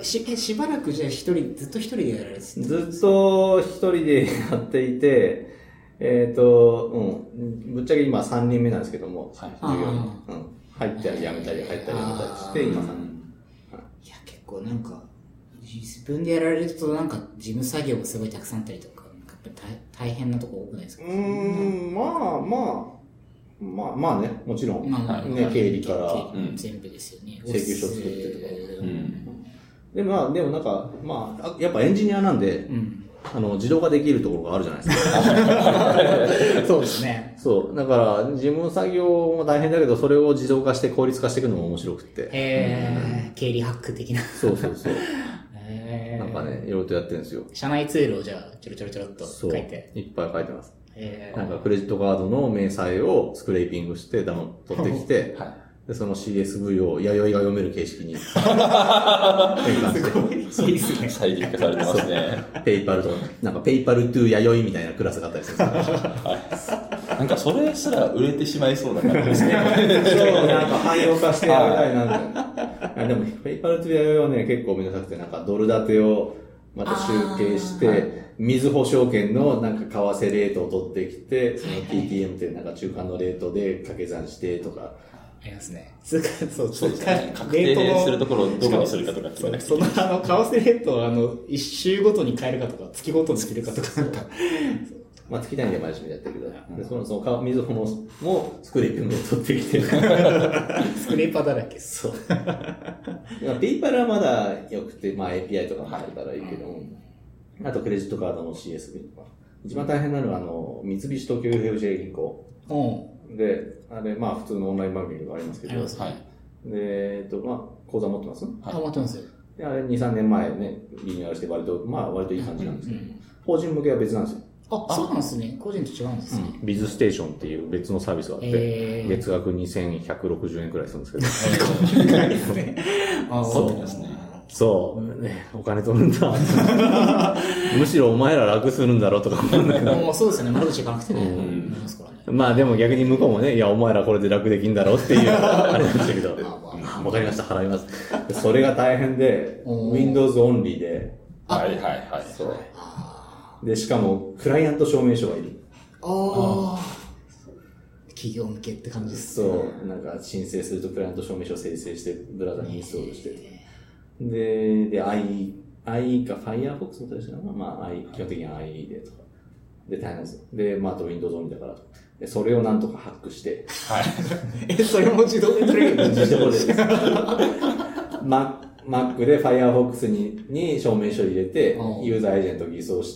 A: し, しばらくじゃあ一人、ずっと一人でやられてた？
B: ずっと一人でやっていて、えっ、ー、と、うん、ぶっちゃけ今さんにんめなんですけども、
C: はい、
B: 授業に、うん、入ったり辞めたり入ったり辞めたりして、今さんにん。
A: いや、結構なんか、自分でやられるとなんか事務作業もすごいたくさんあったりとか、なんかやっぱり 大, 大変なとこ多くないですか？
B: うーん、まあまあ、まあまあね、もちろん、
A: まあまあ、
B: ね、経理から、
A: うん、全部ですよね。
B: 請求書作ってとか。
A: うん、
B: でもまあ、でもなんか、まあ、やっぱエンジニアなんで、うん、あの、自動化できるところがあるじゃないですか。
A: そうですね。
B: そう。だから、事務作業も大変だけど、それを自動化して効率化していくのも面白くて。
A: へー、経理ハック的な。
B: そうそうそう。へー。なんかね、いろいろとやってるんですよ。
A: 社内ツールをじゃあ、ちょろちょろちょろっと書いて。
B: いっぱい書いてます。へー。なんか、クレジットカードの明細をスクレーピングして、ダウン取ってきて、はい。で、その シーエスブイ を弥生が読める形式に変換して。
A: すごい。いいですね。
C: 最適化されてますね。
B: ペイパルと、なんかペイパルトゥ弥生みたいなクラスがあったりするんですよ。
C: はい。なんかそれすら売れてしまいそうな感じですね。
B: そう、なんか汎用化してやりたいなみたいな。でも、ペイパルトゥ弥生はね、結構めんどくさくて、なんかドル建てをまた集計して、水保証券のなんか為替レートを取ってきて、その ティーティーエム っていうなんか中間のレートで掛け算してとか、
A: ありますね。そう、
C: そうですね。確定するところをどこにするかとかって言わなくていい。
A: その、あの、為替レートをあの、一週ごとに変えるかとか、月ごとにするかとか、なんか。
B: まあ、月単位で毎週やってるけど、うん、でその、その、水保も、もスクレーピングで取ってきて。
A: スクレーパーだらけ。
B: そう。ペイパルはまだ良くて、まあ エーピーアイ とかもあるからいいけど、うん、あとクレジットカードの シーエスブイ とか。一番大変なのは、あの、三菱東京 エフジェー 銀行。うん。で、あれ、まあ普通のオンラインバンキングがありますけど。あります。はい。で、えっと、まあ、口座持ってます？はい。
A: あ、持ってますよ。
B: で、あれ、に、さんねんまえね、リニューアルして割と、まあ割といい感じなんですけど、うんうん、法人向けは別なんですよ。
A: あ、そうなんですね。個人と違うんですね。
B: うん、ビズステーションっていう別のサービスがあって、えー、月額にせんひゃくろくじゅうえんくらいするんですけど。
A: 高いですね。あ、そうですね。
B: そう、ね、お金取るんだ。むしろお前ら楽するんだろうとか思うんだけど。
A: もうそうですよね。窓口行かなくてね。うん
B: まあでも逆に向こうもね、いやお前らこれで楽できんだろうっていう、あれなんですけど。わかりました、払います。それが大変で、Windows オンリーで。
C: はいはいはい。
B: そう。で、しかも、クライアント証明書がいる。
A: ああ。企業向けって感じです
B: ね。そう。なんか、申請するとクライアント証明書を生成して、ブラウザにインストールして。で、で、I、I か Firefox も確かな。まあ、I、基本的に アイイー でとか。で、大変ですよ。で、まあ、あと Windows オンリーだから。で、それをなんとかハックして。
C: はい。
A: え、それも自動で取れるんです
B: か？自動で。ま、Mac で Firefox に、に証明書入れて、ユーザーエージェント偽装して、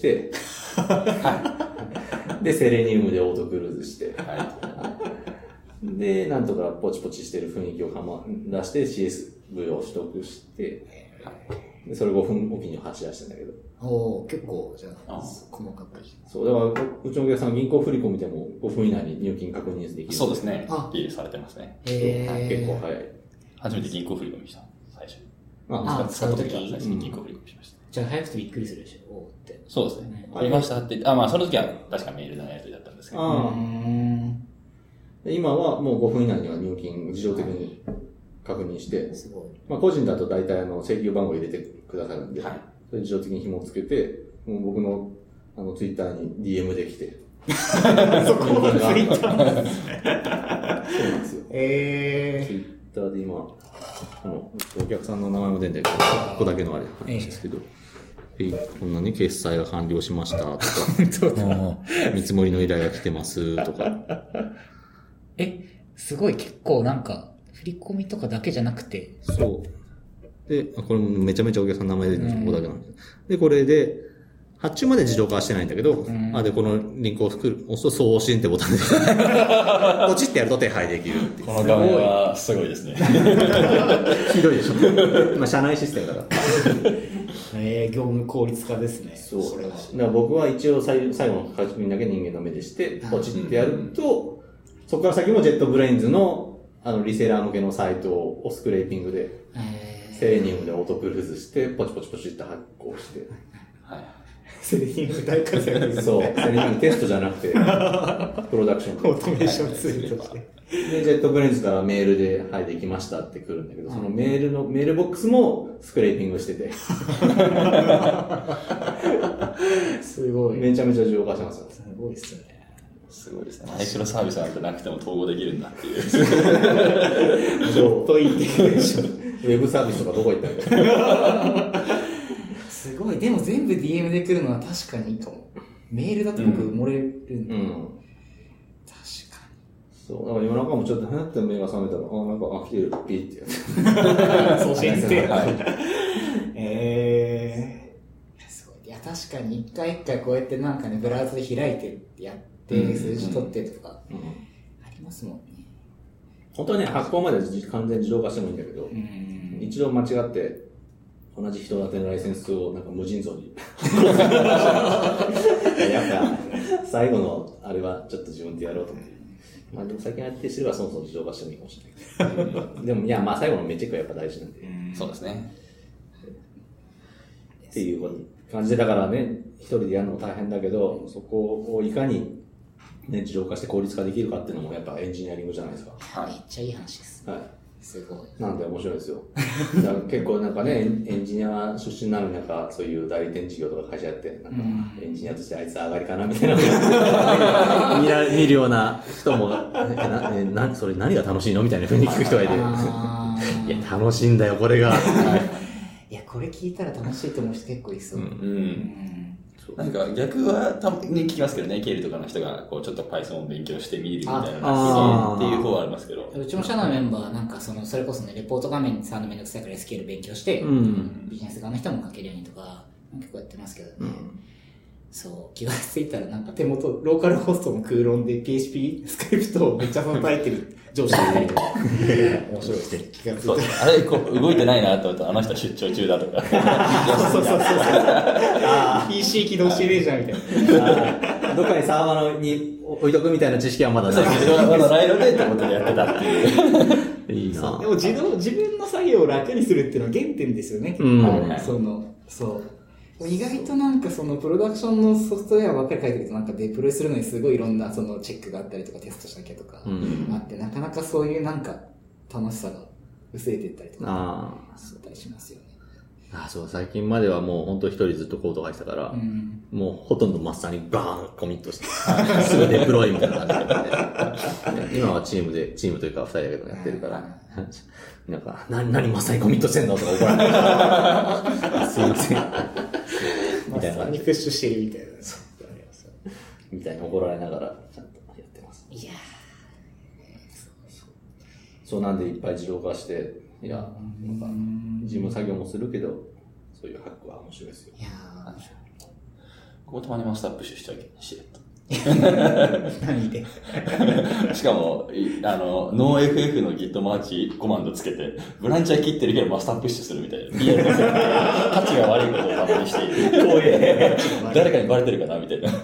B: で、セレニウムでオートクルーズして、で、なんとかポチポチしてる雰囲気をかま出して、シーエスブイ を取得して、でそれごふんおきに走らせてんだけど。
A: おー、結構、じゃあ、細かく。
B: そう、だから、うちのお客さん銀行振り込みでもごふん以内に入金確認できる。
C: そうですね。アピールされてますね。
A: へー。
B: 結構早い。
C: 初めて銀行振り込みした、最初。
B: あ、
C: 使った時は最初に銀行振り込みしました。
A: じゃあ早くてびっくりするでしょ、おーって。
C: そうですね。ありましたって言って、あ、まあその時は確かメールのやり取りだったんですけど。
B: あ今はもうごふん以内には入金自動的に確認して、すごい。まあ個人だと大体あの請求番号入れてくださるんで、はい、それ自動的に紐をつけて、もう僕のあのツイッターに ディーエム で来て。
A: そこまでツイッターなんですね。
B: そうなんですよ。
A: えー。
B: ツイッターで今、このお客さんの名前も出るんだけど、ここだけのあれ話ですけど、えー、こんなに決済が完了しましたとか、見積もりの依頼が来てますとか。
A: え、すごい結構なんか、振り込みとかだけじゃなくて。
B: そう。で、これもめちゃめちゃお客さんの名前出てるんです、ここだけなんです。で、これで、発注まで自動化はしてないんだけど、うん、あ、で、このリンクを作る、押すと送信ってボタンで、ポチってやると手配できるっていう。
C: この画面はすごいですね。
B: ひどいでしょ。まあ、社内システムだから。
A: えー、業務効率化ですね。
B: そう。それは。だから僕は一応最後の確認だけ人間の目でして、ポチってやると、そこから先もジェットブレインズの、 あの、リセラー向けのサイトをスクレーピングで、
A: えー、
B: セレニウムでオートクルーズして、ポチポチポチって発行して。
C: はい。
A: セレニウム大活躍ですね。
B: そう、セレニウムテストじゃなくて、プロダクションで。
A: オートメーションツールとして。
B: で、ジェットブレインズからメールで、はい、できましたって来るんだけど、そのメールの、メールボックスもスクレーピングしてて。
A: すごい。
B: めちゃめちゃ需要化してますよ。
A: すごいっすね。
C: すごいですね。マイクロサービスなんてなくても統合できるんだっていう。
A: ちょっとインテグレーション。
B: ウェブサービスとかどこ行ったんだ
A: すごい。でも全部 ディーエム で来るのは確かにいいかも。メールだと僕埋もれるんで。うん。確かに。
B: そう。だから夜中もちょっと、はやって目が覚めたら、あ、なんか、あ、来てる、ピーってやつ。
A: 送信して。はい。えー。すごい。いや、確かに一回一回こうやってなんかね、ブラウザで開いてやって、数字取ってとか、ありますもんね。
B: 本当はね、発行まで完全自動化してもいいんだけど、一度間違って、同じ人立てのライセンスをなんか無尽蔵に。やっぱ、最後のあれはちょっと自分でやろうと思って。まあでも最近やってすればそもそも自動化してもいいかもしれない。でもいや、まあ最後のメチェックはやっぱ大事なんで。
C: そうですね。
B: っていう感じで、だからね、一人でやるのも大変だけど、そこをいかにね、自動化して効率化できるかっていうのもやっぱエンジニアリングじゃないですか。
A: はい。めっちゃいい話です。
B: はい。
A: すごい。
B: なんで面白いですよ。だから結構なんかね、エンジニア出身なのになんかそういう代理店事業とか会社やって、なんかエンジニアとしてあいつ上がりかなみたいな見ら見るような人も、え、な、え、な、それ何が楽しいのみたいな風に聞く人がいて。いや、楽しいんだよ、これが。
A: いや、これ聞いたら楽しいと思う人結構いそう。うん。うん
C: なんか逆はたまに聞きますけどね、経理とかの人がこうちょっと Python を勉強してみるみたいなっていう方はありますけど。
A: うちも社のメンバーなんかその、それこそね、レポート画面さんのめんどくさいから エスキューエル 勉強して、うん、ビジネス側の人も書けるようにとか、結構やってますけどね。うん、そう、気がついたらなんか手元、ローカルホストの空論で ピーエイチピー スクリプトをめっちゃ叩いてる上司がいたりとか。面白いですね。気がついたら。
C: あれ、こう動いてないなと思ったら、あの人出張中だとか。
A: そうそうそうそう。ピーシー 起動してねえじゃんみたい
B: な。どっかにサーバーに置いとくみたいな知識はまだない。
C: まだないのでってことでやってたっていう。
A: いいな。でも自動、自分の作業を楽にするっていうのは原点ですよね。うん。その、そう。意外となんかそのプロダクションのソフトウェアばっかり書いてるとなんかデプロイするのにすごいいろんなそのチェックがあったりとかテストしなきゃとかあって、うん、なかなかそういうなんか楽しさが薄れていったりとかあったりしますよね。
B: ああ、そう、最近まではもう本当一人ずっとコード書いてたから、うん、もうほとんどマスターにバーンコミットして、すぐデプロイみたいな感じで、今はチームで、チームというか二人だけどやってるから、なんか、な、何マスターにコミットしてんのとか怒られる。すいません。
A: みたいな感じで。プッシュしてるみたいな。
B: みたいな怒られながらちゃんとやってます。
A: いやー。
B: そうなんでいっぱい自動化して、いや、なんか、事務作業もするけど、そういうハックは面白いですよ。いやー。
C: ここたまにマスタープッシュしちゃうけど、しれっと。
A: 何で
C: しかも、あの、ノーエフエフ の Git マーチコマンドつけて、ブランチは切ってるけどマスタープッシュするみたいな。リアルな価値が悪いことをたまにしている。こういう、誰かにバレてるかなみたいな。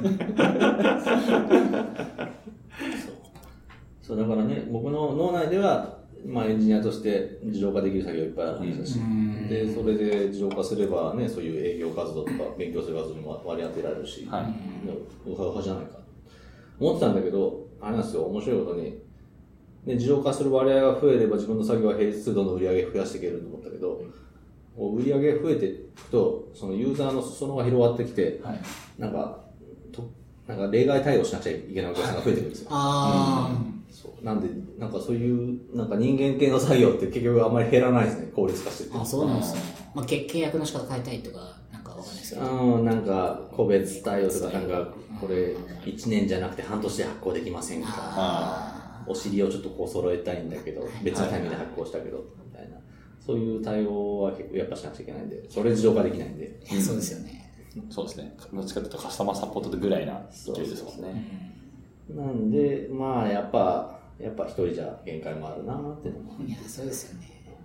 B: そう、だからね、僕の脳内では、まあエンジニアとして自動化できる作業いっぱいあるんですし、で、それで自動化すればね、そういう営業活動とか勉強する活動にも割り当てられるし、はい、うはうはじゃないか。思ってたんだけど、あれなんですよ、面白いことに、ね、自動化する割合が増えれば自分の作業は平日どんどん売り上げ増やしていけると思ったけど、売り上げ増えていくと、そのユーザーの裾野が広がってきて、はい、なんか、となんか例外対応しなくちゃいけないお客さんが増えてくるんですよ。あーうんそうなんで、なんかそういう、なんか人間系の作業って結局あんまり減らないですね、効率化してて。
A: あ、そうなんですね。まあ、契約の仕方変えたいとか、なんかわかんないですけど。
B: うん、なんか、個別対応とか、なんか、これ、いちねんじゃなくて半年で発行できませんか。お尻をちょっとこう揃えたいんだけど、別のタイミングで発行したけど、みたいな。そういう対応は結構やっぱしなくちゃいけないんで、それ自動化できないんで。
A: うん、そうですよね。
C: そうですね。どっちかというとカスタマーサポートぐらいな勢いですもんね。
B: なんで、まあ、やっぱ、やっぱ一人じゃ限界もあるなーっていうのも。
A: いや、そうですよね。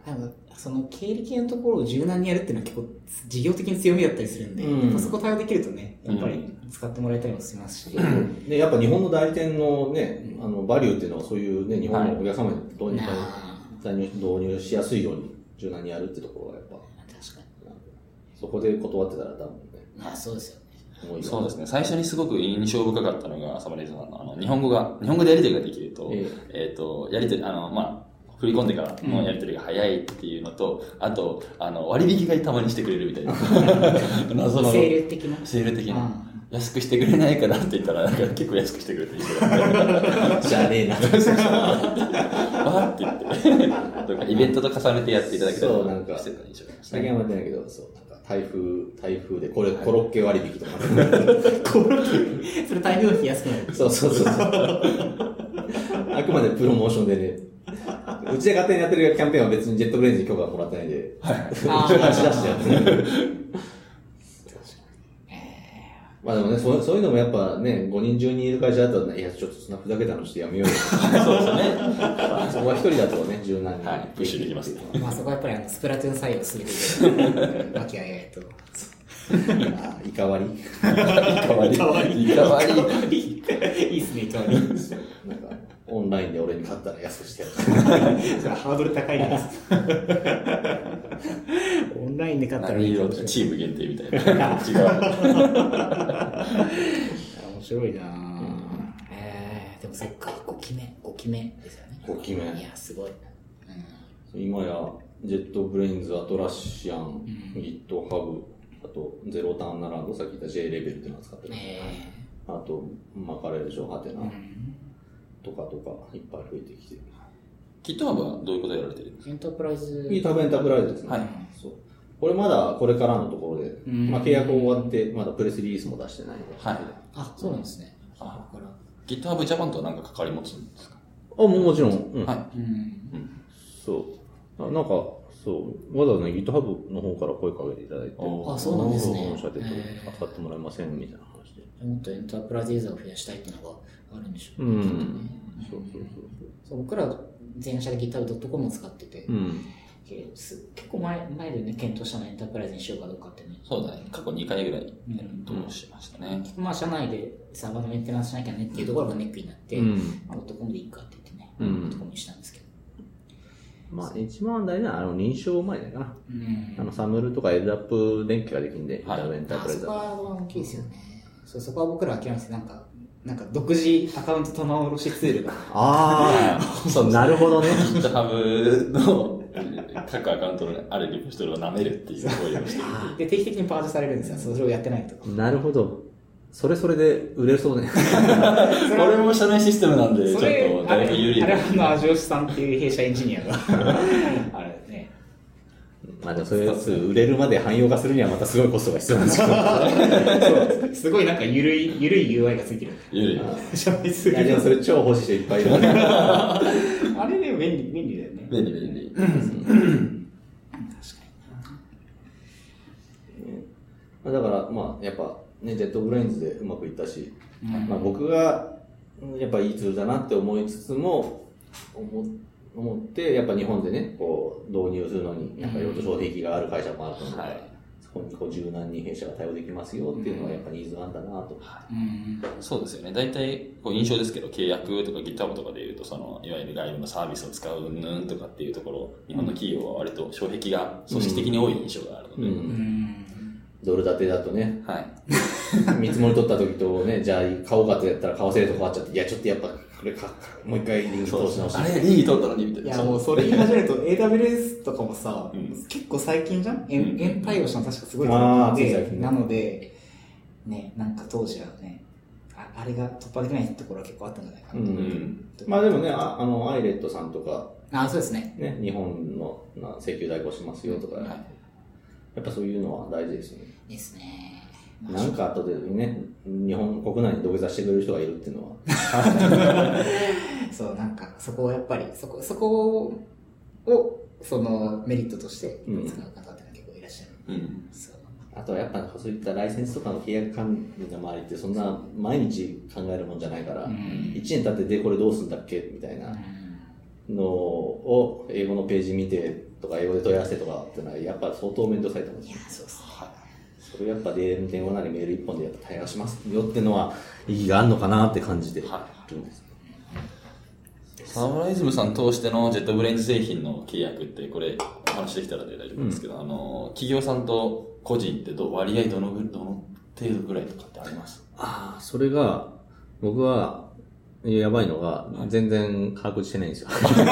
A: あのその経理のところを柔軟にやるっていうのは結構事業的に強みだったりするんで、うん、やっぱそこ対応できるとね、やっぱり使ってもらえたりもしますし。うん、
B: で、やっぱ日本の代理店のね、あの、バリューっていうのはそういうね、日本のお客様にどうにか導入しやすいように柔軟にやるってところがやっぱ、確かに。そこで断ってたら多分ね。
A: まあそうですよね。
C: そうですね。最初にすごく印象深かったのが、サマレイズさんの、あの、日本語が、日本語でやり取りができると、えっ、えー、と、やり取り、あの、まあ、振り込んでからのやり取りが早いっていうのと、うん、あと、あの、割引がたまにしてくれるみたいな。謎の。
A: セール的な。
C: セール的な。うん、安くしてくれないかなって言ったら、なんか結構安くしてくれていい
B: じゃねえな。
C: わーって言って。とか、イベントと重ねてやっていただけたら
B: そう、なんか、最近はやってないけど、そう、なんか、台風、台風で、これ、コロッケ割引とか。
A: コロッケそれ台風の日安くなる。
B: そうそうそう。あくまでプロモーションでね、うちで勝手にやってるキャンペーンは別にジェットブレインズに許可はもらってないんで、はい。ああ、出し出してやってる。まあでもね、そう、そういうのもやっぱね、ごにんじゅうにんいる会社だったらね、いや、ちょっとそんなふざけたのしてやめようよ。
C: そうですね。
B: そこは一人だとね、柔軟に。
C: はい、プッシュできますね。
A: まあそこはやっぱりあの、スプラトゥーン採用すると、わきあいあいと。
B: あイカ割り
C: イカ割りイカ割りイカ割り
A: いいっすね、イカ割り。なんか、
B: オンラインで俺に買ったら安くしてやる。
A: それハードル高いです。オンラインで買ったらいいかもしれない。
C: チーム限定みたいな。違う。
A: 面白いなぁ、うん、えー、でもそっか、ごきめ、ごきめですよね。
B: ごきめ。
A: いや、すごい。
B: うん、今や、ジェットブレインズ、アトラシアン、うん、GitHub、あと、ゼロターンナランド、さっき言った J レベルっていうのを使ってる。えー、あと、マカレルでしょ、ハテナ、うん、とかとか、いっぱい増えてきてる。
C: GitHub はどういうことやられてるんですか？
A: エンタープライズ。
B: GitHub エンタープライズですね。はい。そう。これまだこれからのところで、うん、まあ契約終わって、まだプレスリリースも出してないので。
A: はい。あ、そうなんですね。
C: あ、だから。GitHub Japan とは何か関わり持つんですか？
B: あ、もうもちろん。うん、
C: はい。うん。
B: うん、そう。あ、なんか、そう、わざわざね、GitHub の方から声かけていただいて。
A: あ、そうなんですね。
B: 使ってもらえませんみたいな話で。
A: もっとエンタープライズユーザーを増やしたいっていうのがあるんでしょう
B: ね。うん。そうそうそう
A: そう。僕ら全社で ギットハブドットコム を使ってて、うん、結構前前でね、検討したのエンタープライズにしようかどうかってね。
C: そうだね。過去にかいぐらい検討しましたね。
A: うん、まあ、社内でサーバーのメンテナンスしなきゃねっていうところがネックになって、うん、まあ、ドットコム でいいかって言ってね、うん、ドットコムにしたんですけど。
B: まあ、一番大事なのは、あの、認証前だかな。うん、あの、サムルとか エルダップ 電気ができるんで、
A: はい、エンタープライズは。そこは大きいですよね。そう、そこは僕ら諦めて、なんか、なんか独自アカウント棚卸しツールが。
B: ああ、そう、なるほどね。
C: GitHub の各アカウントのあるリポジトリを舐めるっていう行為をして
A: いて。で、定期的にパージされるんですよ。それをやってないと。
B: なるほど。それそれで売れそうね。
C: これも社内システムなんで、ちょっとだいぶ有利
A: あれはあの、アジオシさんっていう弊社エンジニアが。あれね。
B: まあでもそれ売れるまで汎用化するにはまたすごいコストが必要なんです
A: けど。すごいなんかゆるい、ゆるい ユーアイ がついてる。
C: ゆるい。
B: 喋りすぎ。いやでもそれ超欲しい人いっぱいいる。
A: あれね、便利、便利だよね。
C: 便利、便利。
A: 確かに
B: な。だから、まあやっぱね、ジェットブレインズでうまくいったし、うん、まあ僕がやっぱいいツールだなって思いつつも、思思って、やっぱ日本でね、こう、導入するのに、やっぱり障壁がある会社もあると思うから、はい、そこにこう柔軟に弊社が対応できますよっていうのはやっぱニーズなんだなと。
C: うん、そうですよね。大体、こう印象ですけど、契約とか GitHub とかで言うと、その、いわゆる外部のサービスを使うぬんとかっていうところ、日本の企業は割と障壁が組織的に多い印象があるので。うんうんうん
B: ドル建てだとね、
C: はい。
B: 見積もり取った時とね、じゃあ買おうかってやったら買わせると変わっちゃって、いやちょっとやっぱこれか、もう一回リング通し直して。
C: あれ、リング通ったのにみたいな。
A: いやもうそれ言い始めると エーダブリューエス とかもさ、うん、結構最近じゃん円、円対応したの確かすごい最近で、ね、なので、ね、なんか当時はね、あ, あれが突破できないところは結構あったんじゃないかなと思って。うんうん、
B: まあでもね、あ, あの、アイレットさんとか、
A: あ、そうですね。
B: ね、日本の請求代行しますよとか、はい、やっぱそういうのは大事ですよね。
A: ですね。
B: なんか後でね、日本国内に土下座してくれる人がいるっていうのは。
A: そう、なんか、そこをやっぱり、そこ、そこを、そのメリットとして使う方っていうのは結構いらっしゃる。うん。そう。
B: あとはやっぱそういったライセンスとかの契約管理の周りってそんな毎日考えるもんじゃないから、うん、いちねん経ってでこれどうするんだっけみたいな。 のを英語のページ見てとか英語で問い合わせとかっていうのはやっぱ相当面倒くさいと思うんですよ。
A: いや、そうっすね。
B: はい。それをやっぱ電話なりメール一本でやっぱ対応しますよっていうのは意義があるのかなって感じでるんです。
C: サムライズムさん通してのジェットブレインズ製品の契約ってこれお話できたらで大丈夫ですけど、うん、あの企業さんと個人ってど割合どのどの程度ぐらいとかってあります？
B: ああ、それが僕はやばいのが全然把握してないんですよ。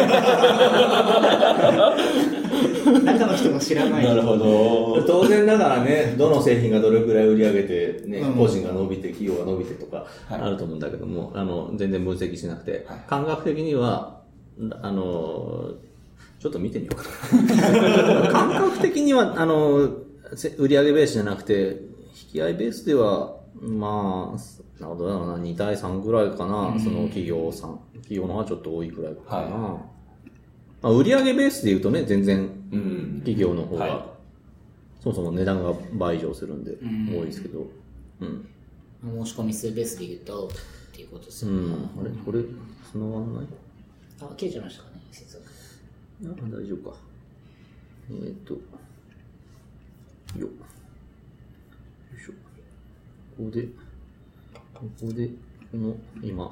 A: 中の人も知らない。
B: なるほど。当然ながらね、どの製品がどれくらい売り上げてね、うん、個人が伸びて企業が伸びてとかあると思うんだけども、はい、あの全然分析しなくて、はい、感覚的にはあのちょっと見てみようかな。感覚的にはあの売り上げベースじゃなくて引き合いベースではまあなるほどだろうなに対さんぐらいかな、うん、その企業さん企業の方がちょっと多いくらいかな。はい、まあ、売上ベースで言うとね、全然、企業の方が、うんはい、そもそも値段が倍以上するんで、多いですけど、うん。
A: 申し込み数ベースで言うと、っていうことですよね。
B: うん。あれこれ、繋がんない？
A: あ、消えちゃいましたかね、接続。
B: あ、大丈夫か。えーっと、よ。よいしょ。ここで、ここで、この、今、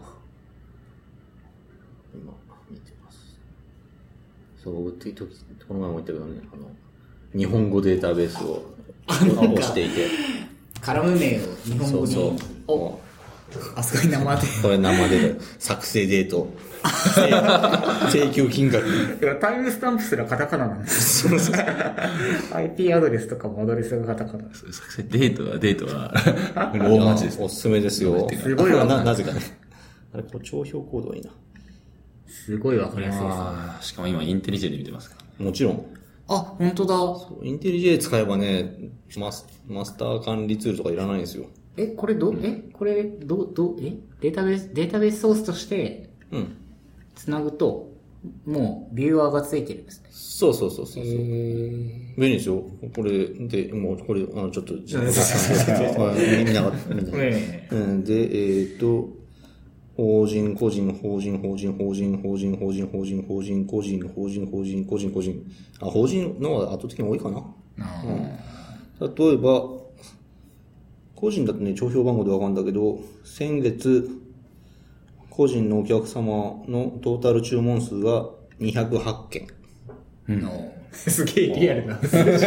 B: 今、見てます。そう、っていう時、この前も言ったけどね、あの、日本語データベースを押していて。
A: カラム名を日本語に。そうそう。あそこに生で。
B: これ生で、作成デート。請求金額。
A: タイムスタンプすらカタカナなんですよ。アイピー アドレスとかもアドレスがカタカナ。
C: 作成デートは、デートは、ローマ字です。
B: おすすめですよ。
A: すごいわ。
B: な、なぜかね。あれ、これ、帳票コードはいいな。
A: すごいわかりやすいです
C: ね。しかも今、インテリジェで見てますから、
B: ね。もちろん。
A: あ、本当だ。
B: そう、インテリジェ使えばね、マス、マスター管理ツールとかいらないんですよ。
A: え、これど、うん、え、これ、ど、ど、えデータベース、データベースソースとして、うん。つなぐと、もう、ビューアーがついてるんですね。
B: そうそうそうそう。えー、便利ですよ。これで、もう、これ、あの、ちょっと、みんなが、みんな。うん。で、えっと、法人、個人、法人、法人、法人、法人、法人、法人、法人、個人、法人、法人、個人、個人。あ、法人の方が圧倒的に多いかな。うん。例えば、個人だとね、帳票番号でわかるんだけど、先月、個人のお客様のトータル注文数がにひゃくはちけん。
A: うん、すげえリアルな。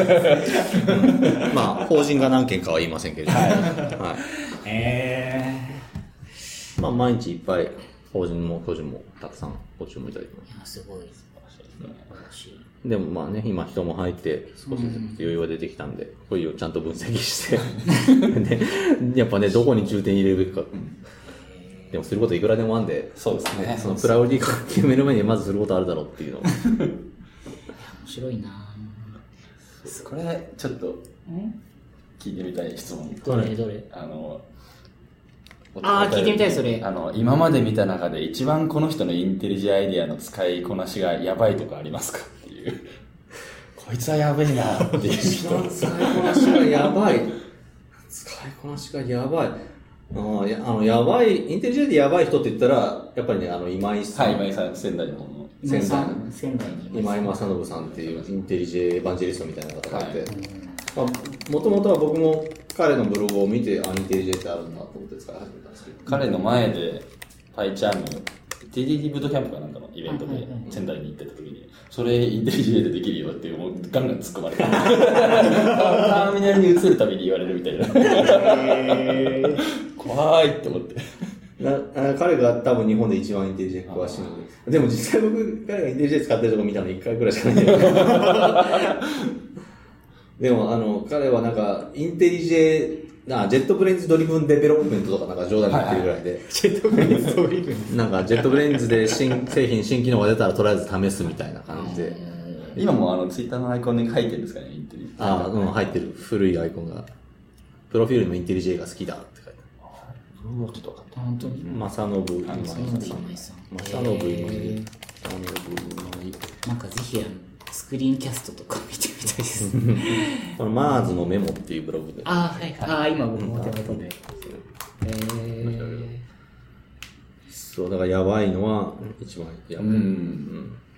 B: まあ、法人が何件かは言いませんけれども。はい。はい、
A: え
B: ー。まあ、毎日いっぱい、法人も個人もたくさんご注文いただきます。
A: いや、すごい素晴らしいですね。
B: でもまあね、今人も入って少しずつ余裕が出てきたんで、こういうちゃんと分析してで、やっぱね、どこに重点入れるべきか。でもすることいくらでもあるんで、
C: そうですね。
B: そのプライオリティ決める前にまずすることあるだろうっていうの。面
A: 白いな
C: ぁ。これ、ちょっと、聞いてみたい質問。
A: どれどれ
C: あの、
A: ああ、聞いてみたい、それ。
C: あの、今まで見た中で一番この人のインテリジェアイディアの使いこなしがやばいとかありますかっていう。こいつはやべえなっていう人。
B: 使いこなしがやばい。使いこなしがやばい。あやあの、やばい、インテリジェでやばい人って言ったら、やっぱりね、あの、今井さん。
C: はい、今井さん、仙台の方の。
A: 仙台仙台に
B: 今井正信さんっていうインテリジェエヴァンジェリストみたいな方がいて、はい、もともとは僕も彼のブログを見て、あ、インテリジェってあるんだと思って使い始めたんですけど。
C: 彼の前で、パイチャーム、ティーディーティー ブートキャンプかなんかのイベントで仙台に行ってた時に、それインテリジェでできるよっていう、もうガンガン突っ込まれて、ターミナルに移るたびに言われるみたいな。怖いって思って。
B: なあ彼が多分日本で一番インテリジェ詳しいので。でも実際僕、彼がインテリジェ使ってるとこ見たのいっかいくらいしかないんだけど。でも、あの、彼はなんか、インテリジェ、あジェットブレインズドリブンデベロップメントとかなんか冗談で言ってるぐらいで。はいはい、
A: ジェットブレインズドリブン
B: なんか、ジェットブレインズで新製品、新機能が出たらとりあえず試すみたいな感じで。
C: 今もあの、ツイッターのアイコンに入ってるんですかね、インテリジェ。
B: ああ、うん、入ってる。古いアイコンが。プロフィールにもインテリジェが好きだって書いてある。
C: もうちょっと分かった。
A: 本当に
B: 正信今井さん。正信今井。正信今井。
A: なんかぜひあの、スクリーンキャストとか見てみたいです。
B: このマーズのメモっていうブログで。
A: ああ、はい。ああ、今僕も手元で。えー、
B: そう、だからやばいのは一番やばい。うん。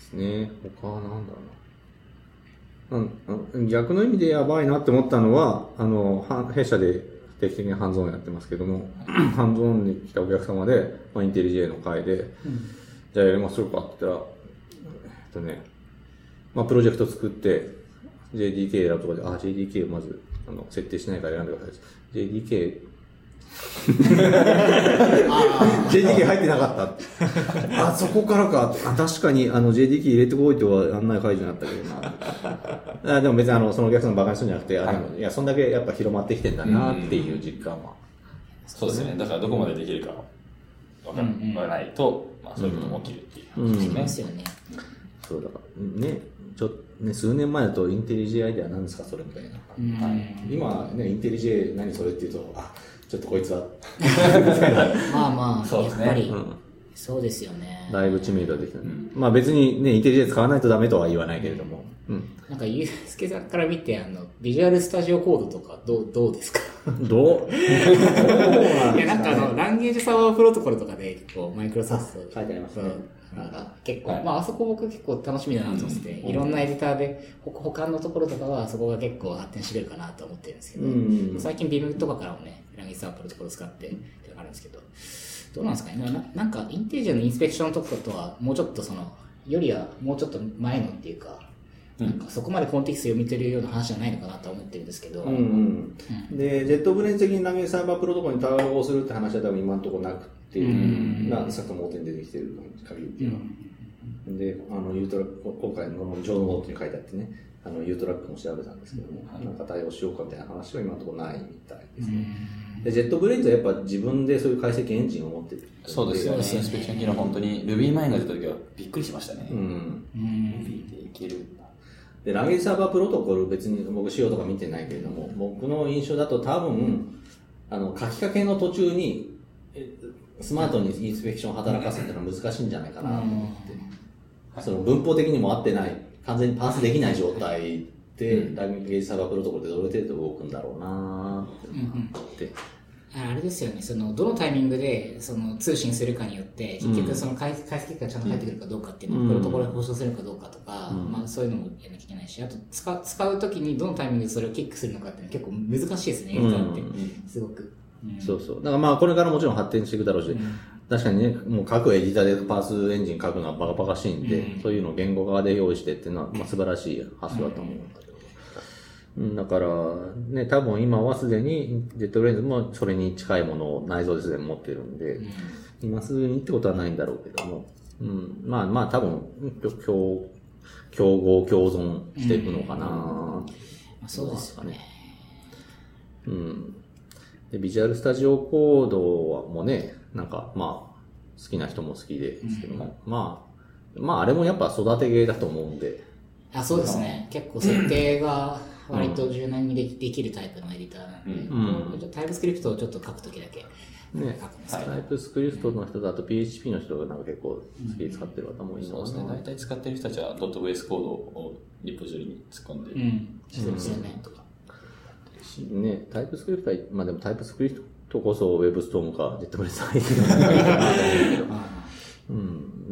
B: ですね。他はなんだろうな。うん、逆の意味でやばいなって思ったのは、あの、弊社で定期的にハンズオンやってますけども、ハンズオンに来たお客様で、まあ、インテリジェの会で、うん、じゃあやりましょうかって言ったら、えっとね、まあ、プロジェクト作って、ジェイディーケー 選ぶとかで、あ、ジェイディーケー をまず、あの、設定しないから選んでください。ジェイディーケー、ジェイディーケー 入ってなかった。あ、そこからか。あ、確かに、あの、ジェイディーケー 入れてこいとは案内解除になったけどな。あでも別にあの、そのお客さんの馬鹿にするんじゃなくて、あでもいや、そんだけやっぱ広まってきてんだなっていう実感は。
C: そうですね。だからどこまでできるかわからないと、まあそういうことも起きるっていう話ですね。ですよね。そうだから、ね、ちょっとね、数年前だとインテリジェアイデア何ですかそれみたいな。はい、今ね、インテリジェ何それって言うと、あ、ちょっとこいつは。
A: まあまあ、
C: そうですね、
A: やっぱり、うん、そうですよね。
B: だいぶ知名度できたね。うん、まあ別にね、インテリジェ使わないとダメとは言わないけれども。うん、
A: なんか、ゆうすけさんから見て、あの、ビジュアルスタジオコードとか、どう、どうですか
B: どう
A: いや、なんかあの、ランゲージサーバープロトコルとかで、結構、マイクロソフト。
B: 書いてありますね。
A: なんか結構、はい、まああそこ僕結構楽しみだなと思ってて、うん、いろんなエディターで、他のところとかはそこが結構発展してるかなと思ってるんですけど、うん、最近 ビーム とかからもね、ランゲージサーバープロトコル使ってっていうのがあるんですけど、どうなんですかね。な, なんかインテリジェのインスペクションとかとはもうちょっとその、よりはもうちょっと前のっていうか、なんかそこまでコンテキスト読み取るような話じゃないのかなと思ってるんですけど。
B: うんうんうん、で、ジェットブレンズ的にランゲージサーバープロトコルに対応するって話は多分今のところなくて、うん、なさっきも表に出てきてる限りっていうのは。うん、で、あの、ユートラック、今回のジョーノノートに書いてあってね、あの、ユートラックも調べたんですけども、うん、なんか対応しようかみたいな話は今のところないみたいですね。うん、で、ジェットブレインズはやっぱ自分でそういう解析エンジンを持ってる。
C: そうですよね。インスペクション機能本当に Ruby マインが出た時はびっくりしましたね。うん。Ruby でいけるんだ。
B: で、ランゲージサーバープロトコル別に僕仕様とか見てないけれども、僕の印象だと多分、あの、書きかけの途中に、スマートにインスペクションを働かせるっていうのは難しいんじゃないかなと思って。うん、その文法的にも合ってない、完全にパースできない状態で、うん、ランゲージサーバープロトコルでどれ程度動くんだろうなって思って。うん
A: あれですよね、その、どのタイミングで、その、通信するかによって、結局その解、解析結果がちゃんと入ってくるかどうかっていうのを、プロトコルで保証するかどうかとか、うん、まあそういうのもやらなきゃいけないし、あと、使う、使うときにどのタイミングでそれをキックするのかっていうのは結構難しいですね、エディターって。すごく、
B: うん。そうそう。だからまあこれからもちろん発展していくだろうし、うん、確かにね、もう各エディターでパースエンジン書くのはバカバカしいんで、うん、そういうのを言語化で用意してっていうのは、まあ素晴らしい発想だと思うんだけど。だから、ね、多分今はすでに、ジェットブレインズもそれに近いものを内蔵ですでに持ってるんで、うん、今すぐにってことはないんだろうけども、うん、まあまあ多分、競、競合共存していくのかな、うん
A: まあ、そうですよね。
B: うん。で、ビジュアルスタジオコードはもうね、なんかまあ、好きな人も好きですけども、うん、まあ、まああれもやっぱ育て芸だと思うんで。
A: あ、そうですね。結構設定が、割と柔軟にで き,、うん、できるタイプのエディターなんで、うん、タイプスクリプトをちょっと書くときだけ
B: ね、書くんですけど、タイプスクリプトの人だと ピーエイチピー の人がなんか結構好きで使ってる方もいるのかな、うん、
C: そうですね。大体使ってる人たちは .base コードをリポジトリに突っ込んで、うん、
A: そうですよね、とか。
B: ね、タイプスクリプトは、まあでもタイプスクリプトこそ WebStorm か ジェットブレインズ入ってるのかなと思うけど、うん、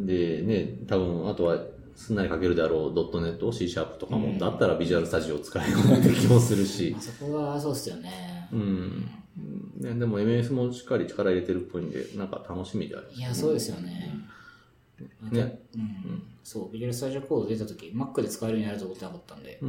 B: でね、多分あとはすんなり書けるであろう ドットネット、C シャープとかも、うん、だったらビジュアルスタジオを使えるような気もするし。
A: そこはそうですよね。
B: うん。ね、でも エムエス もしっかり力入れてるっぽいんで、なんか楽しみである。
A: いや、そうですよね。うん、ね、うん。うん。そう、ビジュアルスタジオコード出た時、Mac で使えるようになると思ってなかったんで、うん。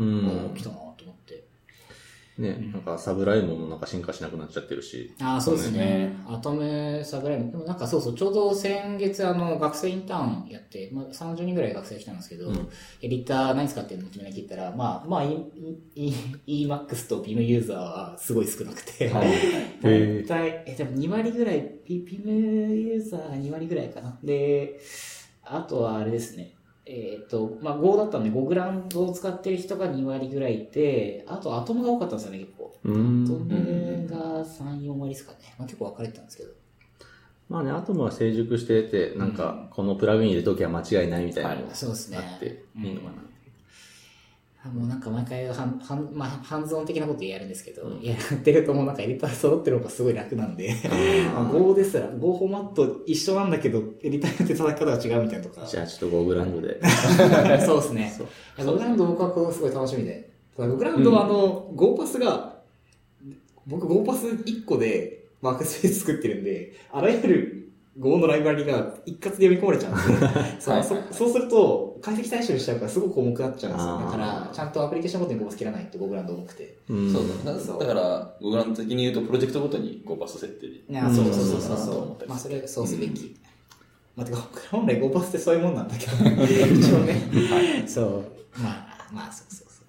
A: 来たなと思って。
B: ね、うん、なんかサブライムもなんか進化しなくなっちゃってるし。
A: ああ、そうですね。アトムサブライム。でもなんかそうそう、ちょうど先月あの、学生インターンやって、まあさんじゅうにんぐらい学生来たんですけど、うん、エディター何使ってるの決めなきゃ言ったら、まあ、まあ、イーマックス と ビーム ユーザーはすごい少なくて、はい。大体、え、でもに割ぐらい、ビーム ユーザーに割ぐらいかな。で、あとはあれですね。えっ、ー、と、まあ Go だったんで、Go グランドを使ってる人がに割ぐらいいて、あとアトムが多かったんですよね、結構。アトムがさん、よん割ですかね。まあ結構分かれてたんですけど。
B: まあね、アトムは成熟してて、なんか、このプラグイン入れときは間違いないみたいなのがあって、いいのかな。
A: もうなんか毎回はんはん、まあ、ハンズオン的なことやるんですけど、うん、やってるともうなんかエディター揃ってる方がすごい楽なんで、Go ですら、Go フォーマット一緒なんだけど、エディターによって叩き方が違うみたいなとか。
B: じゃあちょっと Go グランドで。
A: そうですね。Go グランド僕はこのすごい楽しみで。Go グランドはあの、うん、Go パスが、僕 Go パスいっこでワークスペース作ってるんで、あらゆるGo のライブラリが一括で読み込まれちゃうんですよ。そう、はい、そそうすると、解析対象にしちゃうからすごく重くなっちゃうんですよ。だから、ちゃんとアプリケーションごとに Go パス切らないと Go グランド重くて。
C: うん、そうだ。だから、Go グランド的に言うと、プロジェクトごとに Go パス設定で。い
A: や、そうそうそうそうそう。まあ、それ、そうすべき。うん、まあ、てか、本来 Go パスってそういうもんなんだけど、一応ね。はい。そう。まあ、まあ、そうそうそう。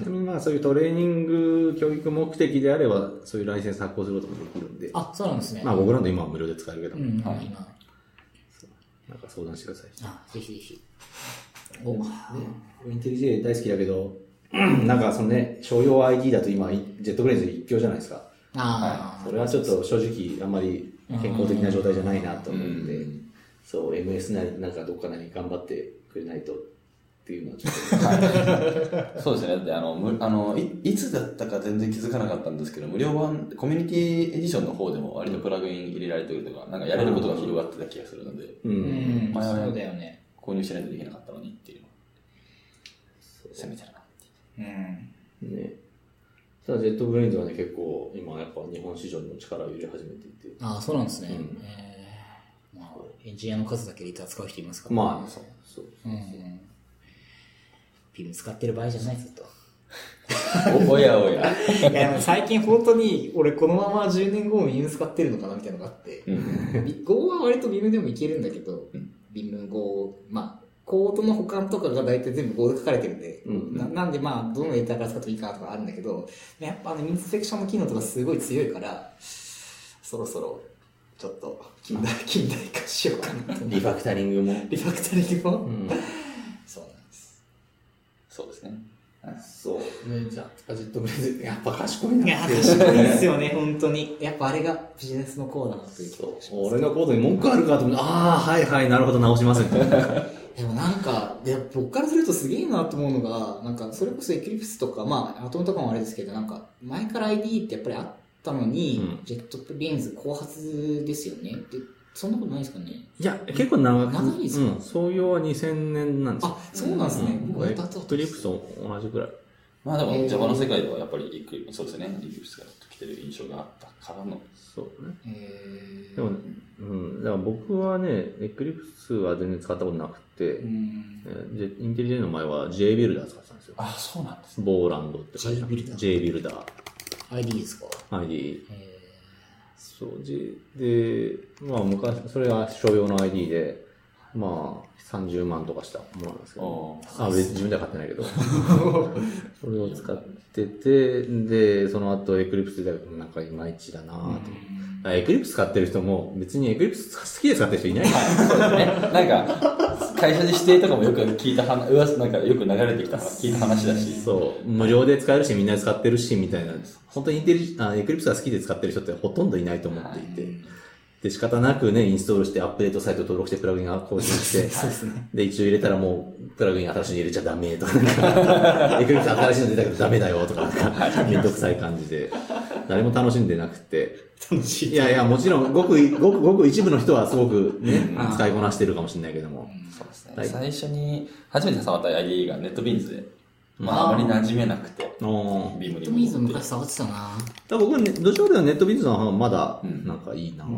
B: ちなみにまあそういうトレーニング教育目的であれば、そういうライセンス発行することもできるんで。
A: あ、そうなんですね。
B: まあ Go グランド今は無料で使えるけど。
A: うん、はい、今。
B: なんか相談してください。
A: あ、ぜひぜひ。お、ね、
B: インテリジェ大好きだけど、なんかそのね、商用 アイディー だと今、ジェットブレイズ一強じゃないですか。
A: ああ。
B: それはちょっと正直あんまり健康的な状態じゃないなと思うんで、うん、そう、エムエス なりなんかどっかなり頑張ってくれないとっていうのはちょっと。
C: はい、そうですね。で、あの、むあのい、いつだったか全然気づかなかったんですけど、無料版、コミュニティエディションの方でも割とプラグイン入れられてるとか、なんかやれることが広がってた気がするので、
A: うん。前は
C: そうだよね。購入しないとできなかったのにっていうのは、攻めてるなっていう。
B: うん。ね。ただ、ジェットブレインズはね、結構、今やっぱ日本市場にも力を入れ始めていて。
A: ああ、そうなんですね。うん、えー、まあ、エンジニアの数だけリター使う人いますから
B: ね。まあ、そう。そう。
A: うん。ピム使ってる場合じゃないぞと。
C: お, おやおや。
A: いや、最近本当に、俺このままじゅうねんごもビーム使ってるのかなみたいなのがあって、うん、Go は割とビームでもいけるんだけど、うん、ビーム Go、まあ、コードの保管とかが大体全部 Go で書かれてるんで、うん、な, なんでまあ、どのエディターから使ってもいいかなとかあるんだけど、やっぱあの、インスペクションの機能とかすごい強いから、そろそろ、ちょっと近代、近代化しようかなと。
B: リファクタリングも。
A: リファクタリングも、うん、そうなんです。
C: そうですね。
B: そう。ね、じゃあ、ジェットブレイズ、やっぱ賢いな。
A: いや、賢いですよね、本当に。やっぱあれがビジネスのコードだなという気がします。
B: そう。俺のコードに文句あるかと思って、ああ、はいはい、なるほど、直します。
A: でもなんか、で僕からするとすげえなと思うのが、なんか、それこそエクリプスとか、まあ、アトムとかもあれですけど、なんか、前から アイディー ってやっぱりあったのに、うん、ジェットブレインズ後発ですよね。でそんなことないですかね。
B: いや、結構長く。
A: 長いですか、
B: うん、創業はにせんねんなんですよ。
A: あ、そうなんですね。
B: うん、僕はエクリプスと同じくらい。
C: まあでも、Java の世界ではやっぱり、そうですね、リクリプスが来てる印象があったからの。
B: そうね。
A: へ
B: でも、うん、だから僕はね、エクリプスは全然使ったことなくて、うん、インテリジェの前は J ビルダー使ってたんですよ。
C: あ、そうなんです
B: ね。ボーランドって書いてある。J ビルダー。
A: アイディー ですか？
B: アイディー。そう、J、で、まあ昔、それは商用の アイディー で、まあ、さんじゅうまんとかしたものなんですけど、あ、別に自分では買ってないけど、それを使ってて、で、その後エクリプスでなんかいまいちだなぁと。エクリプス使ってる人も別にエクリプス好きで使ってる人いないから。
C: そうですね。なんか、会社で指定とかもよく聞いた話、噂なんかよく流れてきた聞いた話だし。
B: そう、無料で使えるしみんなで使ってるしみたいな、本当にインテリあエクリプスが好きで使ってる人ってほとんどいないと思っていて。で、仕方なくね、インストールしてアップデートサイト登録してプラグインを更新して、そうですね。で、一応入れたらもう、プラグイン新しいの入れちゃダメとか、なんか、エクリプス新しいの出たけどダメだよとか、なんか、めんどくさい感じで、誰も楽しんでなくて。
A: 楽しい。
B: いやいや、もちろん、ごく、ごく、ごく一部の人はすごくね、使いこなしてるかもしれないけども。
C: そうですね。最初に、初めて触った アイディー がネットビーンズで、まあ、あまり馴染めなくて。
A: ビームにネットビーンズ昔触ってたな
B: だ僕はね、どちらかというとネットビーンズの方がまだ、なんかいいな、うん、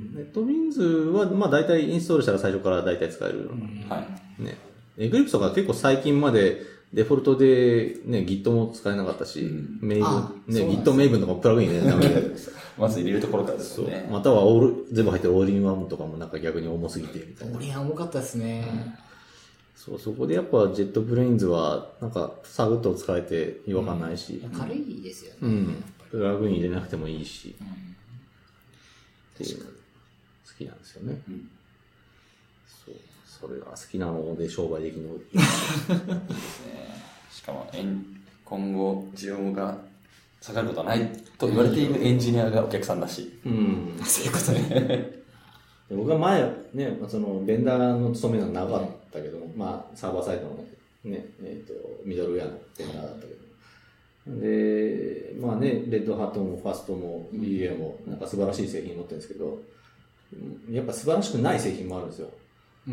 B: ネットビーンズは、まあ大体インストールしたら最初から大体使える。うん、はい。ね。エクリプスとか結構最近までデフォルトでね、Git も使えなかったし、うん、メイブ、ね、Git メイブとかもプラグインでダメで。
C: まず入れるところからですよね。
B: またはオール、全部入ってるオールインワンとかもなんか逆に重すぎてみたいな。
A: オールインワン重かったですね。うん
B: そう、そこでやっぱジェットブレインズは、なんか、サグッと使えて違和感ないし。
A: うん、軽いですよね。
B: うん。プラグイン入れなくてもいいし。うん、っていう、好きなんですよね。うん、そう。それが好きなので商売できるのいいですね。
C: しかも、今後、需要が下がることはないと言われているエンジニアがお客さんだし。
B: うん。そういうことね。僕は前ね、そのベンダーの勤めが長かったけど、まあサーバーサイドのね、えっ、と、ミドルウェアのテンダーだったけど。で、まあね、レッドハットもファストも ビーエー もなんか素晴らしい製品持ってるんですけど、やっぱ素晴らしくない製品もあるんですよ。うん、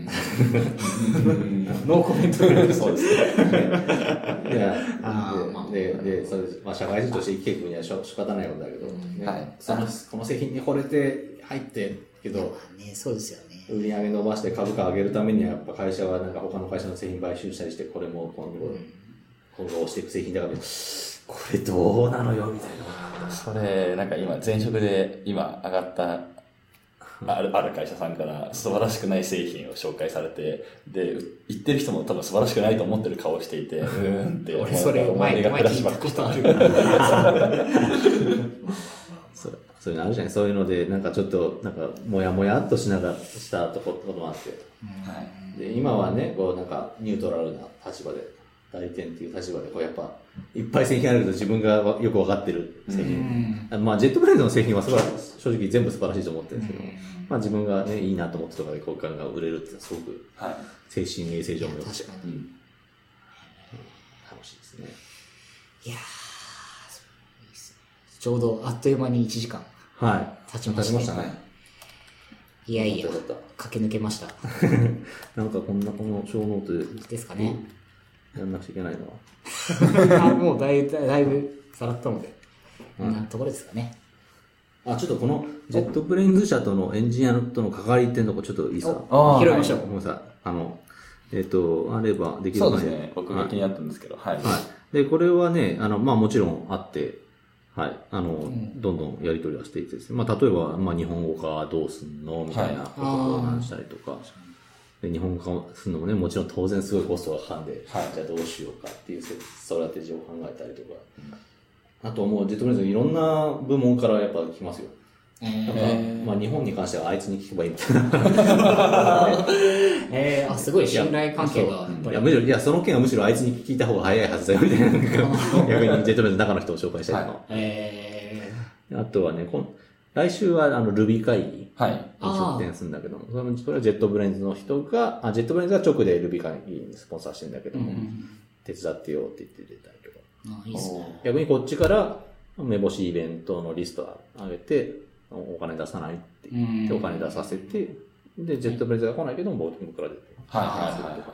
A: ノーコメントでそうですね。
B: いや、で、で、で、それ、まあ、社会人として生きていくにはしょ仕方ないことだけど、ね、はい、その、この製品に惚れて入ってけど、
A: ね、そうですよね。
B: 売り上げ伸ばして株価上げるためには、やっぱ会社はなんか他の会社の製品買収したりして、これも今後、今後押していく製品だから、これどうなのよ、みたい
C: な。それ、なんか今、前職で今上がった、ある、ある会社さんから素晴らしくない製品を紹介されて、で、言ってる人も多分素晴らしくないと思ってる顔をしていて、うーんって。
A: 俺それ前に聞いたことある。
B: そう、そういうのあるじゃない。そういうので、なんかちょっと、なんか、もやもやっとしながらしたとこ、こともあって。はい。で、今はね、こう、なんか、ニュートラルな立場で、代理店っていう立場で、こう、やっぱ、いっぱい製品あるけど自分がよくわかってる製品。まあ、ジェットブレンドの製品は素晴らしい、正直全部素晴らしいと思ってるんですけど、まあ自分がね、いいなと思ってとかで交換が売れるってすごく、精神衛生上もよくて、うん、楽しいですね。
A: いやー、そうですね。ちょうどあっという間にいちじかん。
B: はい。
A: 経ちましたね。経ちましたね。いやいや、駆け抜けました。
B: なんかこんなこの小ノートで。
A: ですかね。
B: やんなくちゃいけないの
A: は。もうだいぶ、だいぶさらったので、こんなところですかね。
B: あ、ちょっとこのジェットブレインズ社とのエンジニアとの関わりっていうのこちょっといいですか？
A: 拾いましょう。
B: ごめんなさい。あの、えっと、あればできる
C: かね。そうですね。僕が気になったんですけど、はい。はい。
B: で、これはね、あの、まあもちろんあって、はい。あの、どんどんやり取りはしていてですね。まあ例えば、まあ日本語化どうすんのみたいなことを話したりとか。で日本語化するのもね、もちろん当然すごいコストがかかんで、はい、じゃあどうしようかっていうストラテジーを考えたりとか。うん、あともうジェットブレンズいろんな部門からやっぱ来ますよ。えー、だから、まあ日本に関してはあいつに聞けばいいみたいな。
A: えー、あ、すごい信頼関係がやっぱり。
B: いや、むしろ、いや、その件はむしろあいつに聞いた方が早いはずだよみたいな。逆にジェットブレンズの中の人を紹介したりとか。えー、あとはね、この来週はあの Ruby 会議に出展するんだけども、はい、それはジェットブレインズの人が、あ、ジェットブレインズは直で Ruby 会議にスポンサーしてるんだけども、うん、手伝ってよって言って出たりとか。
A: あ、いいですね。
B: 逆にこっちから目星イベントのリストを上げて、お金出さないって言って、お金出させて、で、ジェットブレインズが来ないけども、僕から出てる。
C: はいはいはい。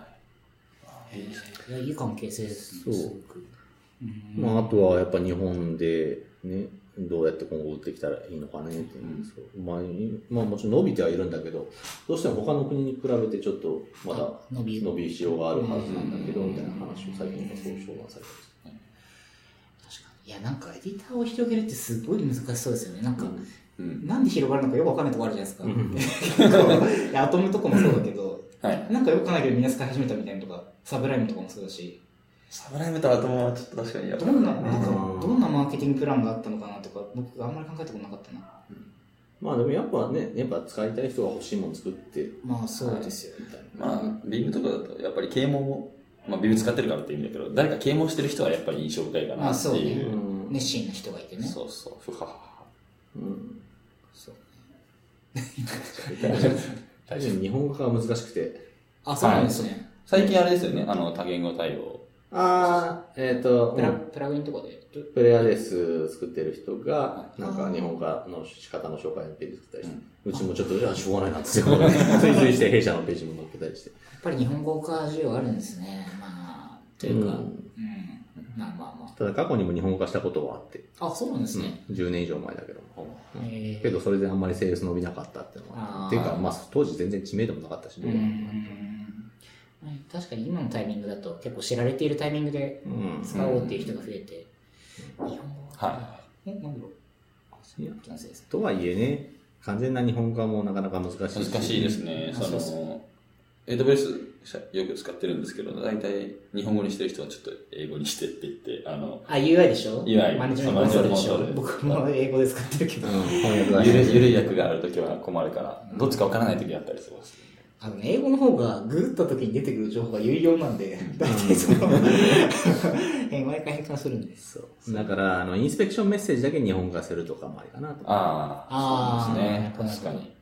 A: はい。いい関係性です
B: ね。そう。まあ、あとはやっぱ日本でね、どうやって今後売ってきたらいいのかねっていう、うん、まあ、まあもちろん伸びてはいるんだけど、どうしても他の国に比べてちょっとまだ伸びしようがあるはずなんだけど、みたいな話を最近はそう証言されてます。
A: 確かに。いや、なんかエディターを広げるってすごい難しそうですよね。なんか、うん、なんで広がるのかよくわかんないとこあるじゃないですか。うん、アトムとかもそうだけど、はい、なんかよくわかんないけどみんな使い始めたみたいなとか、サブライムとかもそうだし、
C: サブライムとアトムはちょっと確かにや
A: どんな、なんか、どんなマーケティングプランがあったのかなとか、僕あんまり考えたことなかったな。
B: うん、まあでもやっぱね、やっぱ使いたい人が欲しいもの作って。
A: まあそうですよ、
C: みたいな。まあ、ビームとかだと、やっぱり啓蒙も、まあビーム使ってるからって意味だけど、誰か啓蒙してる人はやっぱり印象深いかなっていう。
A: まあそうね。熱心な人がいてね。
C: そうそう、ふははは。うん。
B: そうね。大丈夫、日本語が難しくて。
A: あ、そうなんですね。
C: 最近あれですよね、あの、多言語対応。
B: ああ、えっ、ー、と、
A: プラ、プラグインとかで
B: プレアデス作ってる人が、なんか日本語の仕方の紹介のページ作ったりして、うちもちょっと、じゃあしょうがないなって、追随して弊社のページも載っけたりして。
A: やっぱり日本語化需要あるんですね。まあ、というか、うん。うん、まあまあまあ。
B: ただ過去にも日本語化したことはあって。
A: あ、そうなんですね。
B: うん、じゅうねん以上前だけども。うん、けどそれであんまりセールス伸びなかったっていうのは。っていうか、まあ当時全然知名度もなかったし、ね。うん
A: 確かに今のタイミングだと結構知られているタイミングで使おうっていう人が増えて、うんうん、日本語
C: は
A: い。え、なんだろ
B: う。とはいえね、完全な日本語はもうなかなか難しい。
C: 難しいですね。その、エーダブリューエス よく使ってるんですけど、大体日本語にしてる人はちょっと英語にしてって言って、あの、
A: あ、ユーアイ でしょ
C: ユーアイ。
A: マネジメントもそうでしょ僕も英語で使ってるけど。うん、
C: 翻訳がゆるゆるい訳があるときは困るから、どっちかわからないときがあったりするんです。
A: あの、ね、英語の方がググった時に出てくる情報が有用なんで、大体その、毎回変換するんです。
B: そう。だから、あの、インスペクションメッセージだけ日本化するとかもありかなと。
C: ああ、そうですね。
A: 確かに。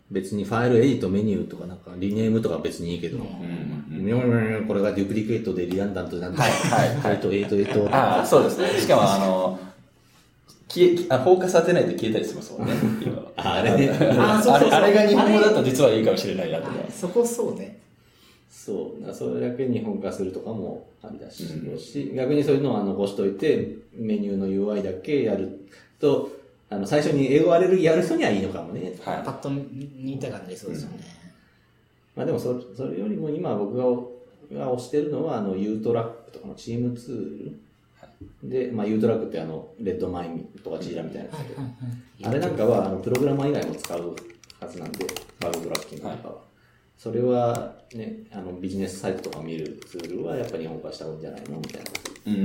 B: 別にファイルエディットメニューとかなんかリネームとか別にいいけど、これがデュプリケートでリダンダントなんて、はいはい、えっと、えっと、えっと、
C: ああ、そうですね。しかもあの、消え、あ、フォーカス当てないと消えたりしますもんね。
B: あれね。
A: あ、そうそうそう。
C: あれが日本語だと実はいいかもしれないなと思います。
A: そこそうね。
B: そう、それだけ日本化するとかもありだし、うん、逆にそういうのは残しといて、メニューの ユーアイ だけやると、あの、最初に英語アレルギーやる人にはいいのかもね。
A: はい、パッと似た感じでそうですよね。うん、
B: まあでもそ、それよりも今僕が推してるのは、あの、U トラックとかのチームツール。で、まあ、U トラックってあの、レッドマインとかジーラみたいなやつで、あれなんかは、あの、プログラマー以外も使うはずなんで、バグトラッキングとかは。はい、それはね、あの、ビジネスサイトとか見るツールはやっぱり日本化した方がいいんじゃないのみたいなこと。うん。うん、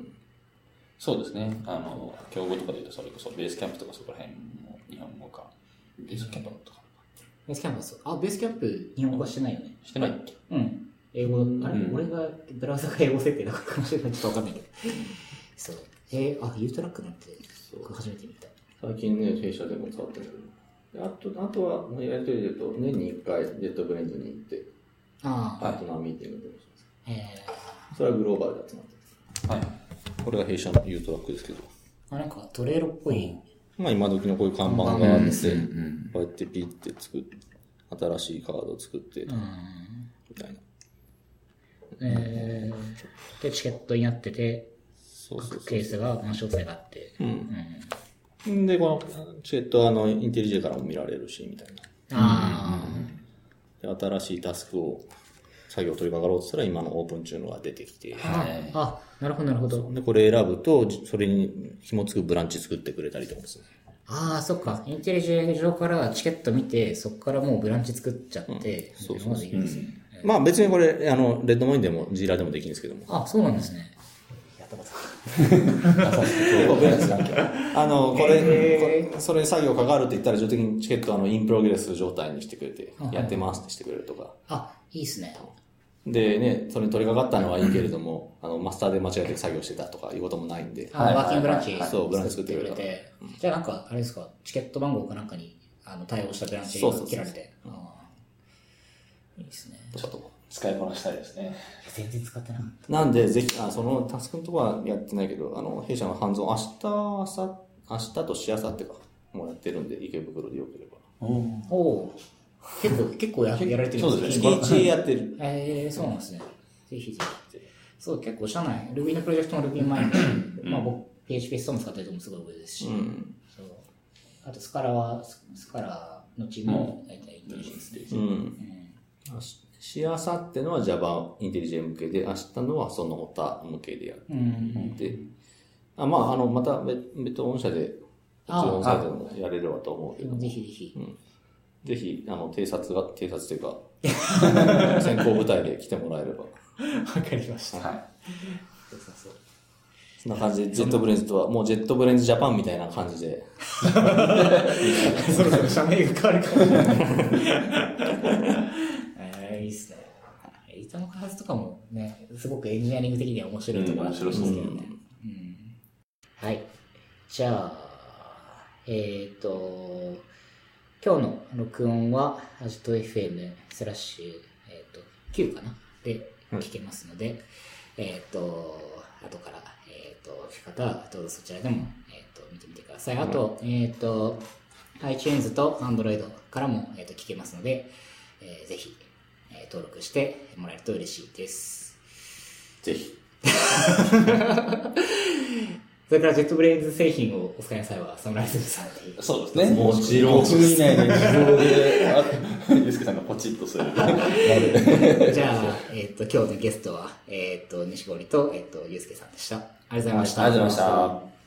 C: そうですね。あの、競合とかで言うとそれこそ、ベースキャンプとかそこら辺も日本語化。ベースキャンプとか。
A: ベースキャンプはそう。あ、ベースキャンプ日本語化してないよね。
C: してないっけ？
A: うん。英語、あれ、うん、俺が、ブラウザが英語設定だからかもしれない。ちょっとわかんないけど。そう。えー、あ、U トラックなんて、僕初めて見た。
B: 最近ね、弊社でも使ってる。あと、あとは、やりとりで言うと、年にいっかい、ジェットブレンズに行って、
A: あ
B: パートナーミーティングでもします。
A: え
B: ー、それはグローバルで集まってます。はい。これが弊社の U トラックですけど。
A: あ、なんかトレーロっぽい。
B: まあ今時のこういう看板があって、うん、こうやってピッて作って、新しいカードを作って、うん、みたいな。
A: えー、で、チケットになってて、そうそうそう、ケースが、まあ、詳細があって。うん
B: うん、で、このチケットはあの、インテリジェからも見られるし、みたいな。ああ、うん。で、新しいタスクを、作業を取り掛かろうとしたら、今のオープン中のが出てきて。
A: はい。あ、なるほど、なるほど。
B: で、これ選ぶと、それに紐付くブランチ作ってくれたりとかですね。
A: ああ、そっか。インテリジェ上からチケット見て、そこからもうブランチ作っちゃって、
B: うん、そうそうそう。まあ別にこれ、あの、レッドモインでもジーラでもできるんですけども。
A: あ、そうなんですね。やったこと
B: あの、これ、これ、それ作業かかるって言ったら、自動的にチケットあの、インプログレス状態にしてくれて、やってますってしてくれるとか。
A: あ、いいっすね。
B: でね、それに取り掛かったのはいいけれども、あの、マスターで間違えて作業してたとかいうこともないんで。
A: あ、ワーキングブランチ。
B: そう、ブランチ作ってくれて。
A: じゃあなんか、あれですか、チケット番号かなんかに、あの、対応したブランチが切られて。いいですね。
C: ちょっと使いこなしたいですね。
A: 全然使ってなかった。
B: なんで、ぜひ、あ、そのタスクのところはやってないけど、あの、弊社のハンズオン、明日、朝、明日としあさってか、もうやってるんで、池袋でよければ。
A: おお。結構、結構ややられてるんですね。
B: 月いちやってる。
A: えー、そうなんですね。ぜひぜひ。そう、結構社内、Ruby のプロジェクトも Ruby 前で、まあ僕、ピーエイチピー ストーム使ってるともすごい上ですし、うん、そう。あと、スカラは、スカラのチームも大体インテリジェンスで。うん。うん、
B: しあさってのは Java インテリジェン向けで、明日のはその他向けでやって、うん、あ、まあ、あの、また別途御社で、オンサイトでもやれればと思うけど。
A: ぜひぜひ。うん
B: ぜひ、あの、偵察が、偵察というか、先行部隊で来てもらえれば。
A: わかりました。はい。
B: そうそうそう。そんな感じで、ジェットブレンズとは、もうジェットブレンズジャパンみたいな感じで。
A: そろそろ社名が変わるかもしれない。えー、いいっすね。板の開発とかもね、すごくエンジニアリング的には面白いところなんですけどね。うんうん、はい。じゃあ、えっ、ー、と、今日の録音は アジトエフエム スラッシュ、えっと、きゅうかなで聞けますので、うん、えっと、後から、えっと、聞き方はどうぞそちらでも、えっと、見てみてください。あと、うん、えっと、iTunes と Android からも、えっと、聞けますので、えー、ぜひ、えー、登録してもらえると嬉しいです。
B: ぜひ。
A: それからジェットブレインズ製品をお使いなさいはサムライズさんで。
C: そうですね。
B: もちろん。
C: ごふん以内で自動で、ゆうすけさんがポチッとする。
A: じゃあ、えっと、今日のゲストは、えっと、西堀と、えっと、ゆうすけさんでした。ありがとうございました。
C: ありがとうございました。